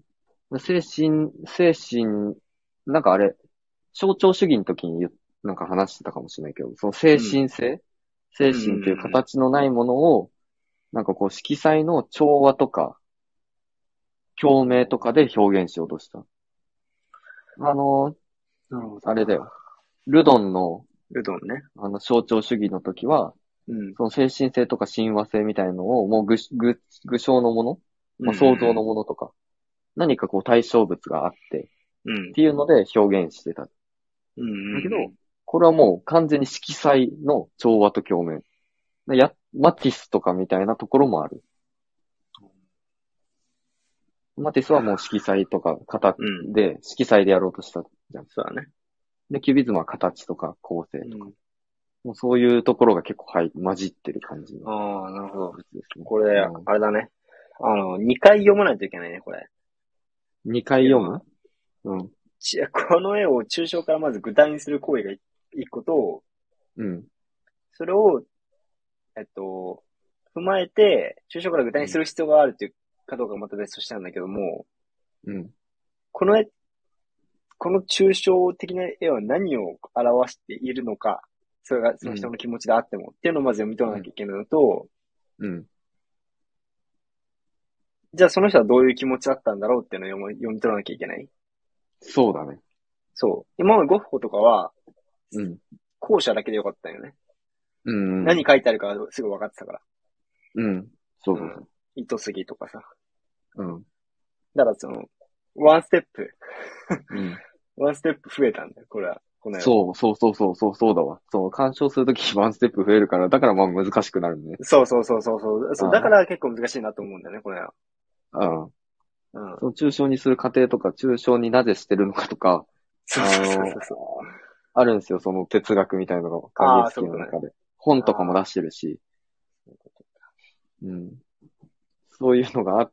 精神、精神、なんかあれ、象徴主義の時に言う、なんか話してたかもしれないけど、その精うん。 神性う精神っていうん。 形のないものを、なんかこう色彩の調和とか、共鳴とかで表現しようとした。あの、 なるほど。 あれだよ。ルドンの、 ルドンね。 あの、象徴主義の時は、 うん。 その精神性とか親和性みたいのを、もう具、具、具象のもの、 うんまあ、想像うんのものとか、何かこう対象物があって、っうん。うん。 ていうので表現してた。だうんうんけど、 うん。 これはもう完全に色彩の調和と共鳴。や、マティスとかみたいなところもある。マティスはもう色彩とか形うん。 で、色彩でやろうとしたじゃん。 そうだね。 で、キュビズムは形とか構成とか。 うん。 もうそういうところが結構はい、混じってる感じのああ、なるほど。 やつですね。 これ、 うん、 あれだね。あの、にかい読まないといけないね、これ。 にかい読むうん。 ちこの絵を抽象からまず具体にする行為が一個と、 うん。 それを、えっと、踏まえて、抽象から具体にする必要があるっていうかどうかはまた別としてなんだけども、 うん。 この絵、この抽象的な絵は何を表しているのか、それがその人うん。 の気持ちであっても、っていうのをまず読み取らなきゃいけないのと、 うん。 じゃあその人はどういう気持ちだったんだろうっていうのを読み読み取らなきゃいけない。 そうだね。 そう。今までゴッホとかは、 うん。 後者だけでよかったよね。 うん。 何書いてあるかすぐ分かってたから。 うん。そううん。 そうそ糸杉とかさ。 う。うん。 だからその、ワンステップ、 うん。 ワンステップ増えたんだよ、これは。この絵は。 そう、そうそうそう、そう、そうだわ。そう、干渉するときワンステップ増えるから、だからまあ難しくなるね。 そうそうそうそうそう。そう、だかあら結構難しいなと思うんだよね、これは。 あ、うん。 うん。 その抽象にする過程とか、抽象になぜしてるのかとか、 そうそうそうあの、 そうそう。 あるんですよ、その哲学みたいなのが、カンディンああ、 スキそういうことね。 ーの中で。本とかも出してるし、うん。そういうのがあって、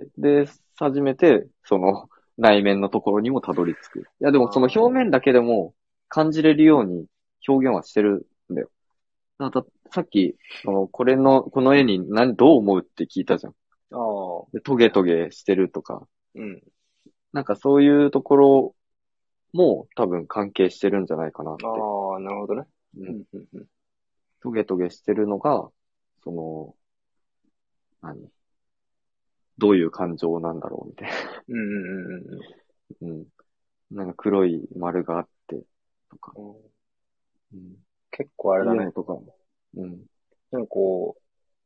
で、初めて、その、内面のところにもたどり着く。いや、でもその表面だけでも感じれるように表現はしてるんだよ。あと、さっき、その、これの、この絵に何、どう思うって聞いたじゃん。 ああ。 で、トゲトゲしてるとか、 うん。 なんかそういうところも多分関係してるんじゃないかなって。 ああ、なるほどね。 うん。 うん、うん、うん。 トゲトゲしてるのが、その、 何どういう感情なんだろうみたいな。 うんうんうんうん。なんか黒い丸があって、とか。 うん。 うん。 結構あれだね。 っていうのとか。うん。 でもこ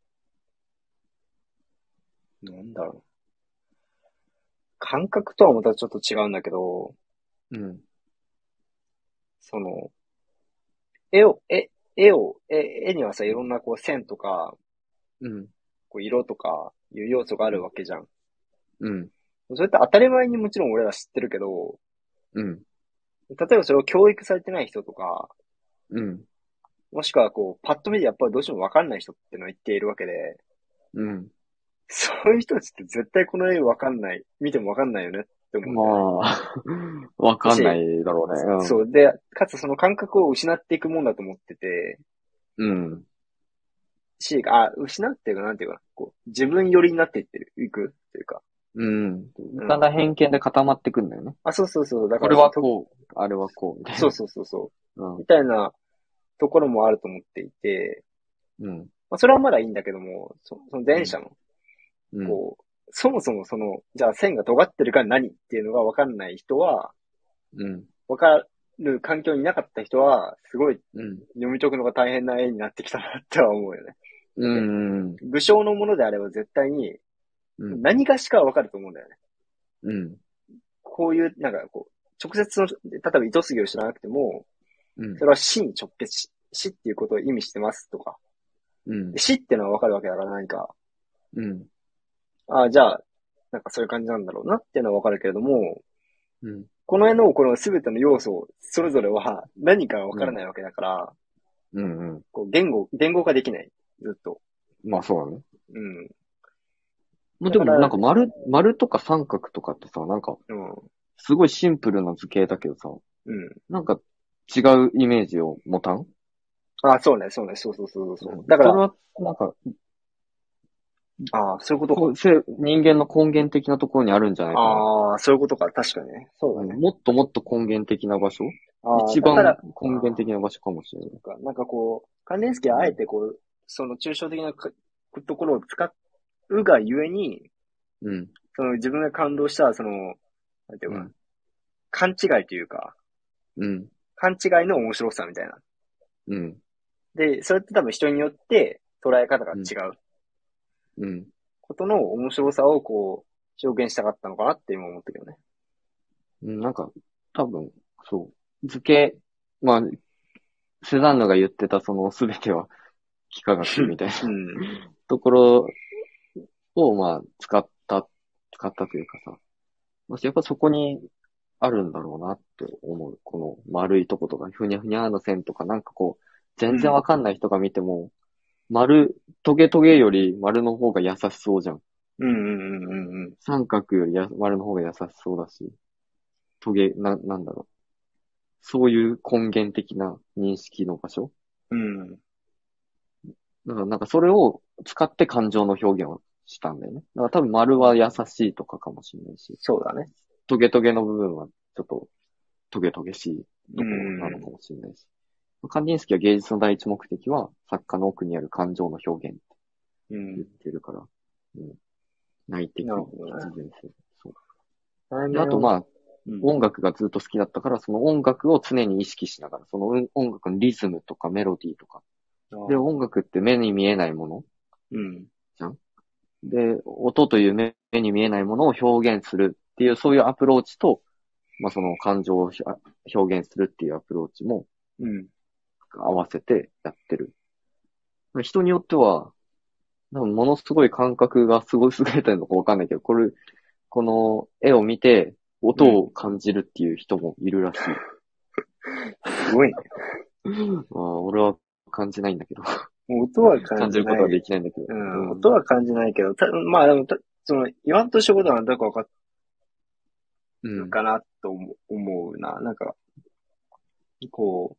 う、なんだろう。感覚とはまたちょっと違うんだけど、 うん。 その、絵を、絵、絵を、絵、絵にはさ、いろんなこう線とか、 うん。 こう色とかいう要素があるわけじゃん。 うん。 それって当たり前にもちろん俺ら知ってるけど、 うん。 例えばそれを教育されてない人とか、 うん。 もしくはこう、パッと見でやっぱりどうしてもわかんない人っていうのを言っているわけで、 うん。 そういう人たちって絶対この絵わかんない、見てもわかんないよねって思うんだよね。 まあ、わだし、 かんないだろうね。 そう。で、かつその感覚を失っていくもんだと思ってて、 うん。うん。 し、あ、失うっていうか、なんていうかな、こう、自分寄りになっていってる、いくっていうか。 うん。 うん。 だんだん偏見で固まってくんだよね。 あ、そうそうそう。だかこれらそのと、 はこう、あれはこう、みたいな。 そうそうそうそう。 うん。 みたいなところもあると思っていて、 うん。 まあ、それはまだいいんだけども、そその前者の、 うん。 こう、そもそもその、じゃあ線が尖ってるから何っていうのがわかんない人は、 うん。 わかる環境にいなかった人は、すごいうん。 読み解くのが大変な絵になってきたなっては思うよね。だうって、 ん。 具象のものであれば絶対にうん。 何がしかはわかると思うんだよね。 うん。 こういう、なんかこう、直接の、例えば糸杉を知らなくても、 うん。 それは死に直結し、死っていうことを意味してますとか、 うん。 死ってのはわかるわけだから何か、 うん。 ああ、じゃあ、なんかそういう感じなんだろうなっていうのはわかるけれども、 うん。 この絵のこの全ての要素、それぞれは何かわうん。 からないわけだから、 うん。うん。 こう言語、言語化できない。ずっと。 まあそうだね。 うん。 まあでもだから、 なんか丸、丸とか三角とかってさ、なんか、 うん。 すごいシンプルな図形だけどさ、 うん。 なんか違うイメージを持たん？ あ、そうね、そうね、そうそうそうそう。 うん。 だから、 それは、なんか、 ああ、そういうことか。 こう、せ人間の根源的なところにあるんじゃないかなって。 ああ、そういうことか。確かにね。そうだね。 うん、もっともっと根源的な場所ああ、 一番だから、 根源ああ、 的な場所かもしれない。 か。なんかこう、関連付はあえてこう、その抽象的なかところを使うがゆえに、 うん。 その自分が感動した、その、なんていうかな、 うん。 勘違いというか、 うん。 勘違いの面白さみたいな。 うん。 で、それって多分人によって捉え方がうん。 違ううん。 ことの面白さをこう、表現したかったのかなって今思ったけどね。 うん。なんか、多分、そう。図形、まあ、セザンヌが言ってたその全ては幾何学みたいなうん。 ところを、まあ、使った、使ったというかさ、まあやっぱそこにあるんだろうなって思う。この丸いとことか、ふにゃふにゃの線とか、なんかこう、全然わうん。 かんない人が見ても、丸、トゲトゲより丸の方が優しそうじゃん。 うんうんうんうんうん。 三角よりや丸の方が優しそうだし、トゲ、な、なんだろう。そういう根源的な認識の場所。 うん。 だからなんかそれを使って感情の表現をしたんだよね。だから多分丸は優しいとかかもしれないし、 そうだね。 トゲトゲの部分はちょっとトゲトゲしいうところなのん。 かもしれないし。カンディンスキーは芸術の第一目的は作家の奥にある感情の表現って言っうん。 てるから、うん、内的なるほどね。 必然性。そう。で、 題名を、 あとまあ、 うん。 音楽がずっと好きだったから、その音楽を常に意識しながら、その音音楽のリズムとかメロディーとか。で、音ああ。 楽って目に見えないものうん。 じゃん。で、音という目目に見えないものを表現するっていう、そういうアプローチと、まあその感情をひあ表現するっていうアプローチもうん。 合わせてやってる。人によっては、多分ものすごい感覚がすごい優れてるのかわかんないけど、これ、この絵を見て音うん。 を感じるっていう人もいるらしい。 すごいね。 まあ、俺は感じないんだけど。 もう音は感感じることはじない。 できないんだけど。 うん。 うん。 音は感じないけど、た、まあでもた、その、言わんとしたことはなんとなくわかうん。 るかなと思う思うな。なんか、こ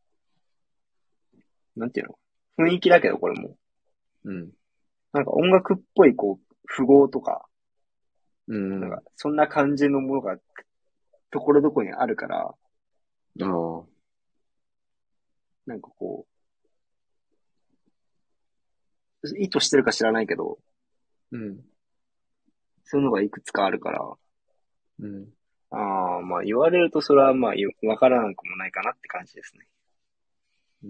う、なんていうの雰囲気だけど、これも。 うん。 なんか音楽っぽい、こう、符号とか、 うん。 なんか、そんな感じのものが、ところどころにあるから、 ああ。 なんかこう、意図してるか知らないけど、 うん。 そういうのがいくつかあるから、 うん。 ああ、まあ言われるとそれはまあよわからなくもないかなって感じですね。 うん。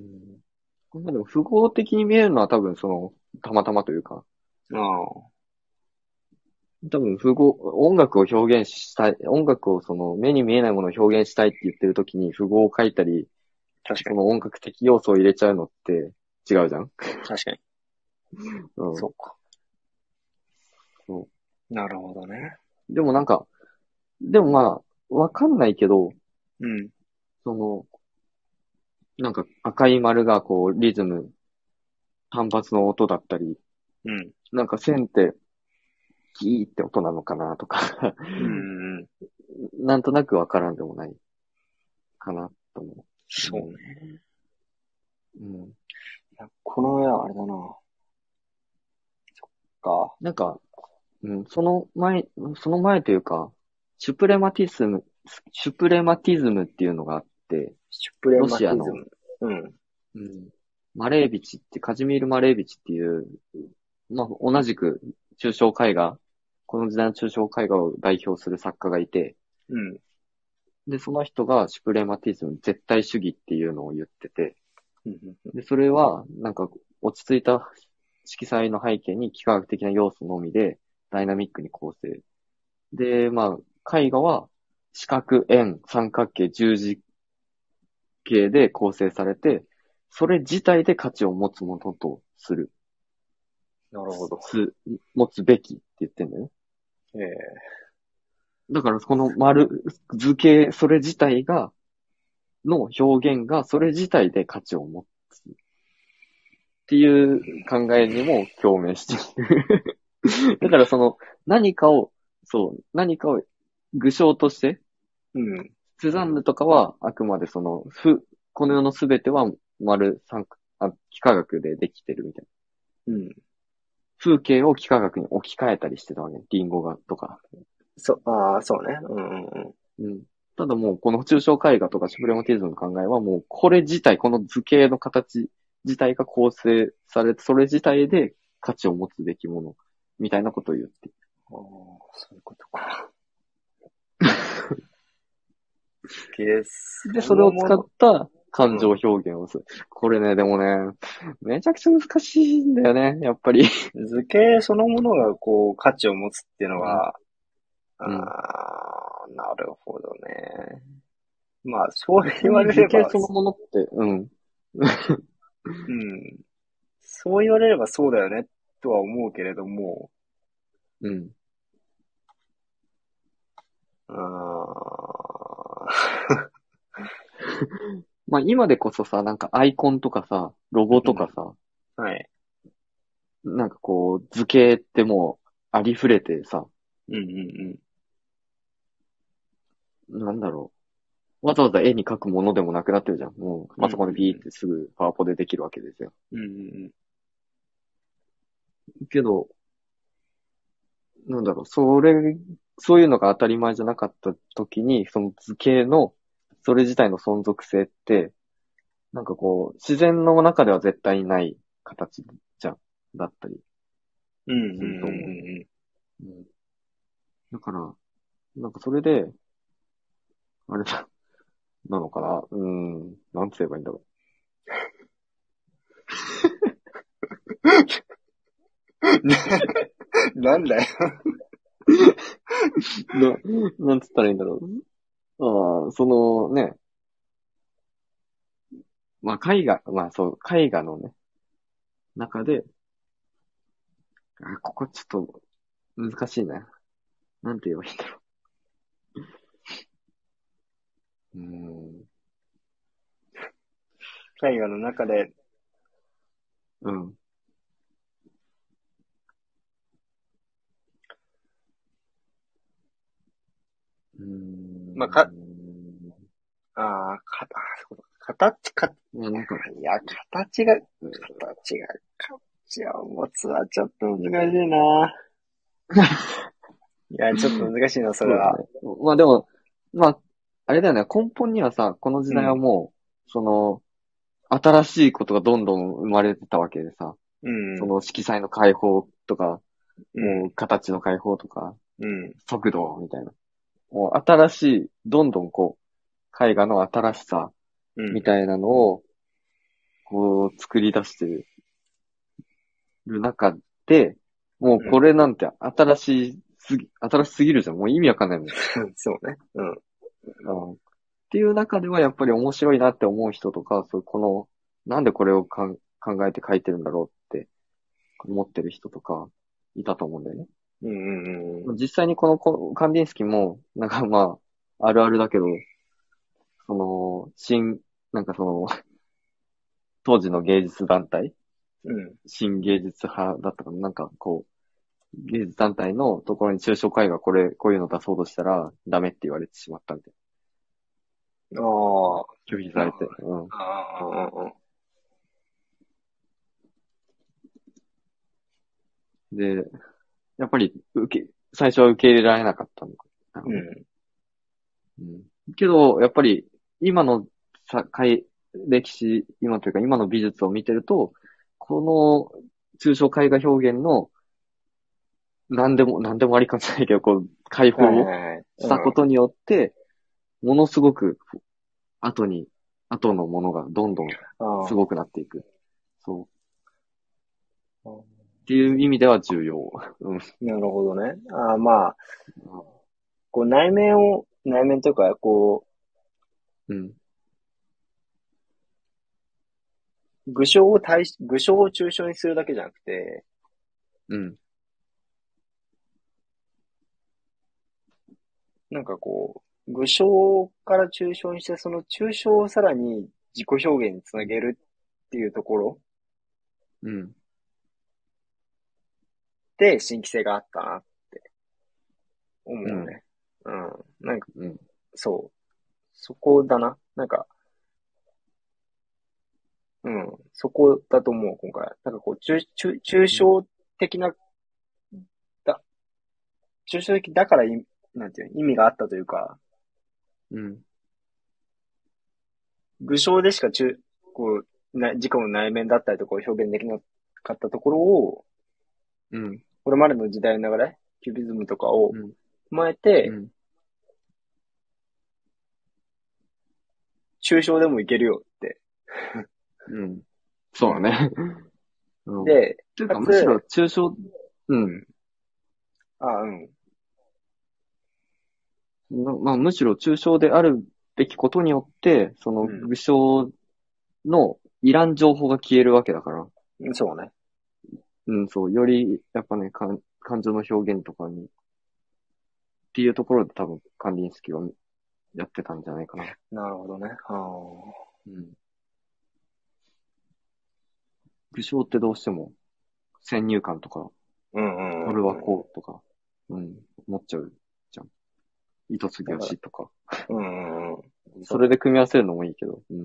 まあでも、符号的に見えるのは多分その、たまたまというか、 ああ、 多分符号、音楽を表現したい、音楽をその目に見えないものを表現したいって言ってる時に符号を書いたり、 確かに、 その音楽的要素を入れちゃうのって違うじゃん。 確かに。 うん。 そうか。 そなるほどね。 う。でもなんか、でもまあ、わかんないけど、 うん、 その、なんか赤い丸がこう、リズム、単発の音だったり、 うん、 なんか線ってギーって音なのかなとかうん、うん。 なんとなくわからんでもないかなと思う。 そうね。 うん。うん。 いや、この絵はあれだな。か。 なんか、うん、その前、その前というか、シュプレマティスム、シュプレマティズムっていうのがあって、 シュプレロマシアの、 ティズム。うん、 うん、マレービチって、カジミール・マレービチっていう、まあ、同じく抽象絵画、この時代の抽象絵画を代表する作家がいて、 うん、 で、その人がシュプレマティズム、絶対主義っていうのを言ってて、 うん、 で、それは、なんか、落ち着いた色彩の背景に幾何学的な要素のみで、ダイナミックに構成。で、まあ、絵画は、四角、円、三角形、十字形で構成されて、それ自体で価値を持つものとする。 なるほど。 す、持つべきって言ってんだよね。 ええ、 だから、この丸、図形、それ自体が、の表現が、それ自体で価値を持つ。っていう考えにも共鳴している。だからその、何かを、そう、何かを具象として、 うん、 スザンヌとかはあくまでその、ふ、この世のすべては丸三角、あ、幾何学でできてるみたいな。 うん。 風景を幾何学に置き換えたりしてたわけ。リンゴが、とか。 そ、ああ、そうね。うん、うん、うん。 うん。ただもう、この抽象絵画とかシュプレマティズムの考えはもう、これ自体、この図形の形自体が構成されて、それ自体で価値を持つべきもの、みたいなことを言っている。 ああ、そういうことか。ゲス、 で、 そそれを使っのもの。 た感情うん。 表現をする。これね、でもね、めちゃくちゃ難しいんだよね、やっぱり。 図形そのものがこう価値を持つっていうのうん。 は、あうん。 あ、なるほどね。まあ、そう言わ逆に図れれば、 形そのものって、うん。 うん。そう言われればそうだよね、とは思うけれども、 うん。 ああ、 まあ今でこそさ、なんかアイコンとかさ、ロゴとかさ、 はい。 なんかこう、図形ってもうありふれてさ、 うんうんなんだろう。わざわざ絵に描くものでもなくなってるじゃん。もううん。 パソコンでうんピーってすぐパワポでできるわけですよ。 うんうん。うんけど、なんだろう、それ、そういうのが当たり前じゃなかった時に、その図形の、それ自体の存続性って、なんかこう、自然の中では絶対にない形じゃん、だったりうんうんすると思う。 うん。 うん、だから、なんかそれで、あれだ、なのかな。うーん、なんて言えばいいんだろなんだよ。 う。な、なんつったらいいんだろう。ああ、そのね、まあ絵画、まあそう、絵画のね、中で、あ、ここちょっと難しいな。なんて言えばいいんだろう。うーん、 絵画の中で、 うん。うーまあ、か、 ん。 ああ、か、あそうだ形、か、 いや、なんか、 いや、形が、形が、価値を持つはちょっと難しいな。いや、ちょっと難しいな、それは。 そうだね。まあでも、まあ、あれだよね、根本にはさ、この時代はうん。 もう、その、新しいことがどんどん生まれてたわけでさ、 うん。 その色彩の解放とか、 もう形の解放とか、 うん。 速度みたいな。もう新しい、どんどんこう、絵画の新しさうん。 みたいなのを、こう、作り出してる中で、もうこれなんて新しすぎ、新しすぎるじゃん。もう意味わかんないもん。 そうね。うん。 うん。っていう中ではやっぱり面白いなって思う人とか、そう、この、なんでこれをかん考えて書いてるんだろうって思ってる人とか、いたと思うんだよね。 うんうんうん。 実際にこのこカンディンスキも、なんかまあ、あるあるだけど、その、新、なんかその、当時の芸術団体、 うん。 新芸術派だったかな、なんかこう、芸術団体のところに抽象絵画これ、こういうの出そうとしたら、ダメって言われてしまったみたいああ、 な。拒否されて。 なるほどね。 うん。 ああ、うんうん。 で、やっぱり、受け、最初は受け入れられなかったのかな。 うん。 うん。けど、やっぱり、今のさ、絵、歴史、今というか今の美術を見てると、この抽象絵画表現の何でも、何でもありかもしれないけど、こう、解放はいをはいはい。 したことによって、ものすごく、後に、後のものがどんどんうん。あすごくなっていく。そう。 あ。 っていう意味では重要。うん。 なるほどね。ああ、まあ、こう内面を、内面というか、こうん。 う、具象を対し、具象を抽象にするだけじゃなくて、 うん。 なんかこう、具象から抽象にして、その抽象をさらに自己表現につなげるっていうところうん。 で新規性があったなって思うん。 うね。うん。なんか、 うん。 そう。そこだな。なんか、うん。そこだと思う、今回。なんかこう、抽、抽、抽象的な、だ、抽象的だからい、なんていうの、意味があったというか、 うん。 具象でしか中、こう、な、自己の内面だったりとかを表現できなかったところを、 うん。 これまでの時代の流れ、キュビズムとかをうん。 踏まえて、 うん。 抽象でもいけるよって。 うん。 うん。 そうだね。うん。 で、 というか、むしろかつ、 抽象、うん。 うん。あ、うん。 ままあ、むしろ抽象であるべきことによって、そのう具象のいらん情報が消えるわけだから。 ん。そうね。 うん、そう、より、やっぱね、かん感情の表現とかに、っていうところで多分、カンディンスキーはやってたんじゃないかな。 なるほどね。はうん。具象ってどうしても、先入観とか、 あ。うんうんこれはうんうん。 こうとか、うん、思っちゃうじゃん。糸継ぎだから、 足とか。 うんうんうん。そう。 それで組み合わせるのもいいけど、うん。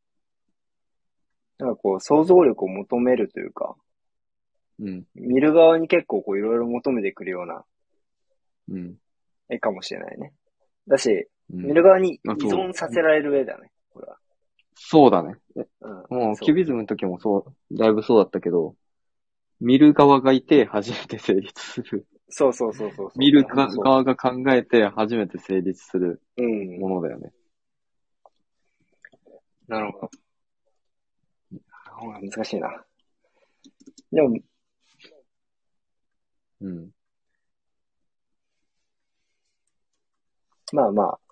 なんかこう、想像力を求めるというか、 うん。 見る側に結構こう、いろいろ求めてくるようなうん。 絵かもしれないね。だし、 うん。 見る側にあと、 依存させられる絵だね。これは。 そうだね。 うん。 もう、キュそビズムの時もそう、だいぶそうだったけど、見る側がいて初めて成立する。 う。そうそうそうそうそう。いや、ほんと見るかそ側が考えて初めて成立するう。うん。 ものだよね。 なるほど。ほら難しいな。でも、 うん。 まあまあ、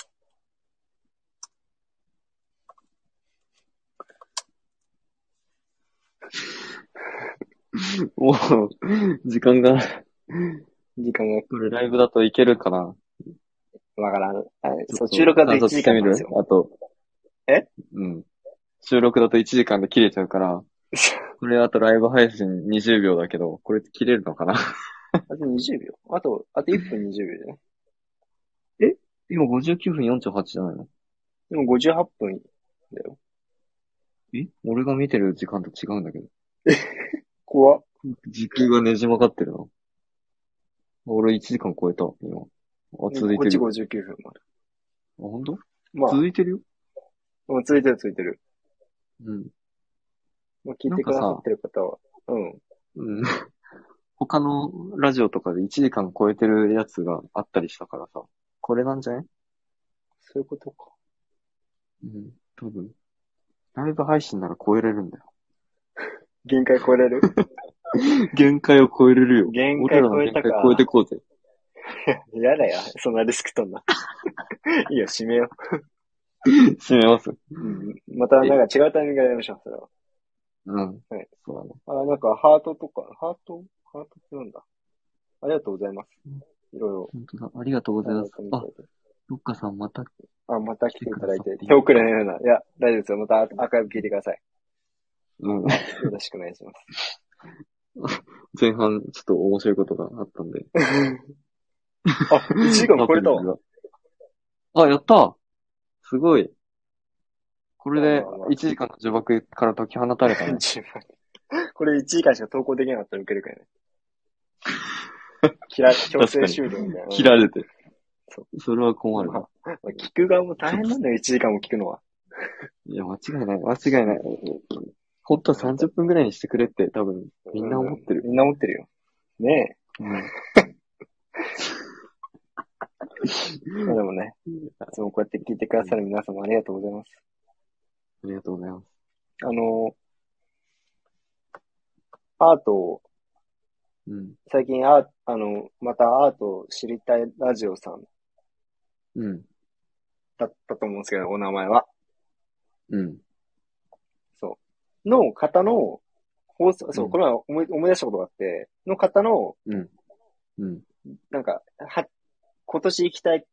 もう、時間が、 時間がこれライブだといけるかな。 わからん。あそう、収ちょっと録だと1 観察し時てみる間なんですよ。 あと、 えうん。収録だといちじかんで切れちゃうから、これあとライブ配信にじゅうびょうだけど、これ切れるのかな。 あとにじゅうびょう。あと、あといっぷんにじゅうびょうでね。 え今ごじゅうきゅうふんよんじゅうはちじゃないの？ でもごじゅうはっぷんだよ。 え俺が見てる時間と違うんだけど。 怖っ。 時空がねじ曲がってるな。俺いちじかん超えた、今。あ、続いこっちてるよ。 ごじゅうきゅうふんまで。 あ、本当？ まあ、 続いてるよ。 もうついてるついてる。 うん。 もう聞いなんかさ、 てくださってる方は。うん。 うん。 他のラジオとかでいちじかん超えてるやつがあったりしたからさ、これなんじゃない？ そういうことか。 うん、多分。ライブ配信なら超えれるんだよ。 限界超えれる？ 限界を超えれるよ。 限界俺らの超えたか。 限界超えてこうぜ。 やだよ。そんなリスク取んな。いいよ、閉めよ閉めます。 う。うん。またなんか違うタイミングでやりましょう、それは。 うん。 はい。 そうだね。 あ、なんかハートとか、ハートハートってなんだ？ありがとうございます。いろいろ。 本当だ。ありがとうございます。あ、 いロッカさんまたあ、また来ていただいて来てくださっ。て手遅れのような。いや、大丈夫ですよ。またアーカイブ聞いてください。 うん。 よろしくお願いします。 前半ちょっと面白いことがあったんで。 あ、いちじかん超えたわ。 あ、やったすごい。これでまあまあまあいちじかんの呪縛から解き放たれたね。 これいちじかんしか投稿できなかったら受けるからね。切ら、強制終了みたいな。 切られて。 そそれは困るな。 まあ、聞く側も大変なんだよ、いちじかんも聞くのは。 いや、間違いない、間違いない。ほんとはさんじゅっぷんぐらいにしてくれって多分みんな思ってる。 うんみんな思ってるよ。ねうん。 え。まあでもね、いつもこうやって聞いてくださる皆様ありがとうございます。 ありがとうございます。 あの、アートを、 うん。 最近アーあの、またアートを知りたいラジオさんうん。 だったと思うんですけど、お名前は。 うん。 そう。の方の放送、そうう、 んこれは思い、思い出したことがあって、の方の、 うん。うん。 なんか、は、今年行きたいって、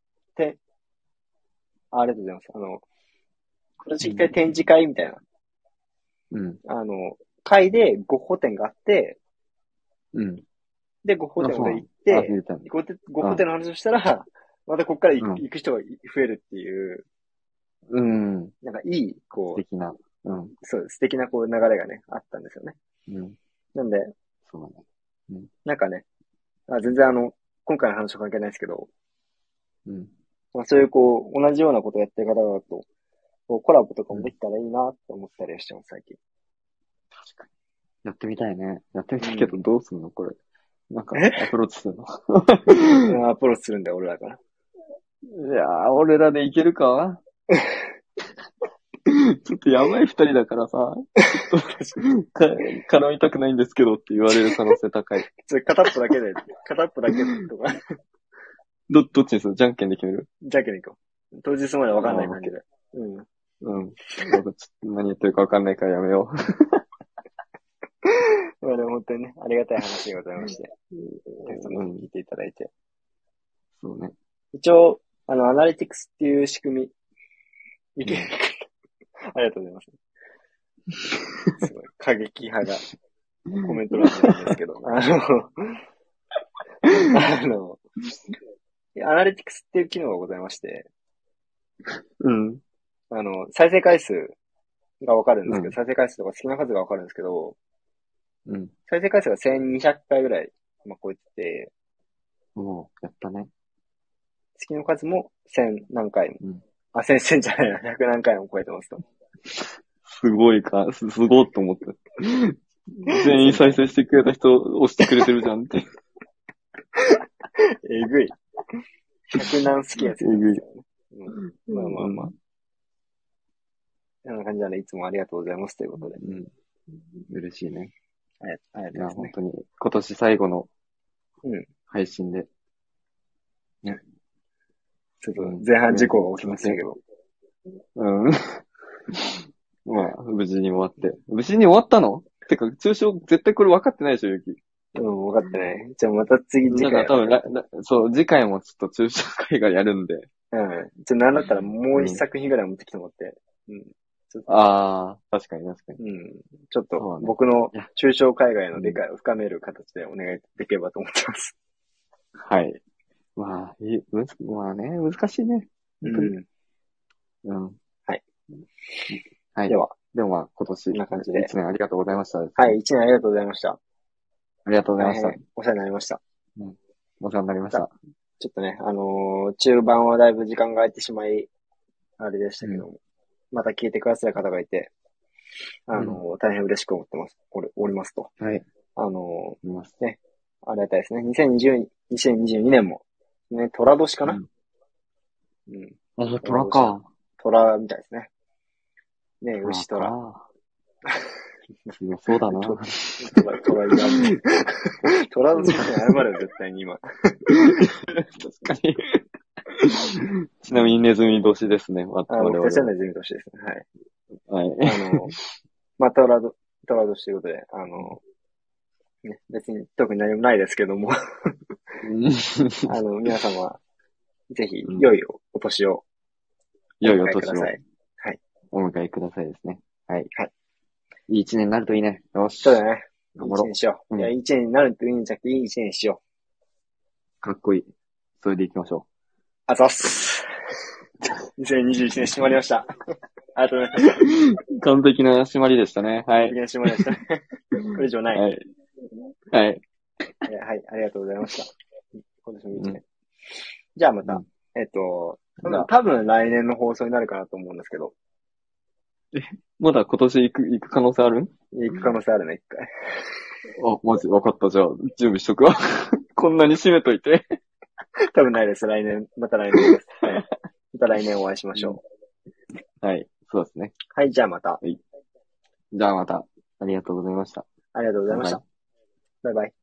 あ、ありがとうございます。あの、今年行きたい展示会みたいな、 うん。 あの、会でゴッホ展があって、 うん。 で、ゴッホあ、 展俺そうなのあ、 行って見、れたのゴッホゴッホ展の話をしたら、またここから行く,、 うん行く人が増えるっていう、 うん。 なんかいい、 素こう、 敵な。うん。 そう、素敵なこう流れがね、あったんですよね。 うん。 なんで、 そうだね。 なんかね、あ全然あの、今回の話は関係ないですけど、 うん。うん。 まあ、そういうこう、同じようなことをやってる方々と、こうコラボとかもできたらいいなって思ったりはしてます、最近。 確かに。やってみたいね。やってみたいけどどうすんのこれ。なんか、 えアプローチするの。 アプローチするんだよ、俺らから。 いやー、俺らでいけるかちょっとやばい二人だからさ、ちょっと、か、絡みたくないんですけどって言われる可能性高い。 それ片っぽだけで、片っぽだけでとか、 ど、どっちにする？じゃんけんで決める？ じゃんけんでいこう。当日までわかんない感じで。うん。 うん。僕ちょっと何言ってるかわかんないからやめよまあでも本当にね、ありがたい話でございまして。 う。 ゲストうん。 に聞いていただいて。 そうね。 一応、あの、アナリティクスっていう仕組み、いけ、ありがとうございます。すごい、過激派がコメント欄になんですけど、あの、あの、アナリティクスっていう機能がございまして、 うん。 あの、再生回数がわかるんですけど、 うん再生回数とか好きな数がわかるんですけど、 うん。 再生回数がせんにひゃっかいぐらい、まあ、超えてて、 もう、やったね。 好きな数もせん何回も。 うん。 あ、せん、せんじゃないな、ひゃく何回も超えてますと。 すごいか、す、すごいと思った。全員再生してくれた人押してくれてるじゃんって。 えぐい。百何好きやつ、ね。 えぐい。 うん。まあまあまあ。こんな感じなので、いつもありがとうございますということで。 うん。嬉しいね。 ありがとうございいや、 ます、ね。 本当に、今年最後のうん。 配信で。 ちょっと前半事故が起きましたけど。 うん。まあ、無事に終わって。無事に終わったの？てか、通称絶対これ分かってないでしょ、ゆき。 うん、分かってない。じゃあまた次、次回。 だから多分らら、そう、次回もちょっと中小会がやるんで。 うん。じゃあなんだったらもう一作品ぐらい持ってきてもらって。うん。 ああ、確かに確かに。 うん。ちょっとそうね僕のいや中小海外の理解を深める形でお願いできればと思ってます。 はい。まあ、いい、むず、まあね、難しいね。 う本当に。 ん。 うん。 はい。 はい。 では、 でもまあ、今年、 こんな感じで一年ありがとうございました。 はい、一年ありがとうございました。 ありがとうございました。 大変お世話になりました。 お世話になりました。 ちょっとね、あのー中盤はだいぶ時間が空いてしまい、あれでしたけども、また聞いてくださる方がいて、あのー大変嬉しく思ってます。おりおりますと。 はい。 あのいます。 ねありがたいですね。にせんにじゅう、にせんにじゅうにねんも、ね、虎年かな。うん。うん、 あ、虎か。 虎みたいですね。ね、 虎牛虎。 強そうだな。 虎、虎いらんね。虎年に謝るよ、絶対に今。 確かに。ちなみにネズミ年ですね。 あ、僕たちはネズミ年ですね。はい。 はい。 あの、まあ、虎ど、虎年ということで、あの、ね、別に特に何もないですけども、あの、皆様、ぜひ、良いお年を、 良いお年を、 はい。 お迎えくださいですね。はい。 はい。 いい一年になるといいね。よし。 そうだね。いい頑張ろう。 一年しよう。 うん、 いや、いい一年になるといいんじゃなくて、いい一年にしよう。 かっこいい。それで行きましょう。 あざっす。にせんにじゅういちねん閉まりました。ありがとうございます。 完璧な締まりでしたね。はい。 完璧な締まりでしたね。これ以上ない。 はい。はい。 はい、ありがとうございました。今年もいい一年。うん、じゃあまた、うん、えっと、多分来年の放送になるかなと思うんですけど。 え、まだ今年行く、行く可能性ある？ 行く可能性あるね、一回。 あ、マジわかった。じゃあ、準備しとくわ。こんなに締めといて。 多分ないです。来年、また来年です。はい、また来年お会いしましょう。はい、そうですね。 はい、じゃあまた。はい。 じゃあまた。ありがとうございました。 ありがとうございました。バイバイ。バイバイ。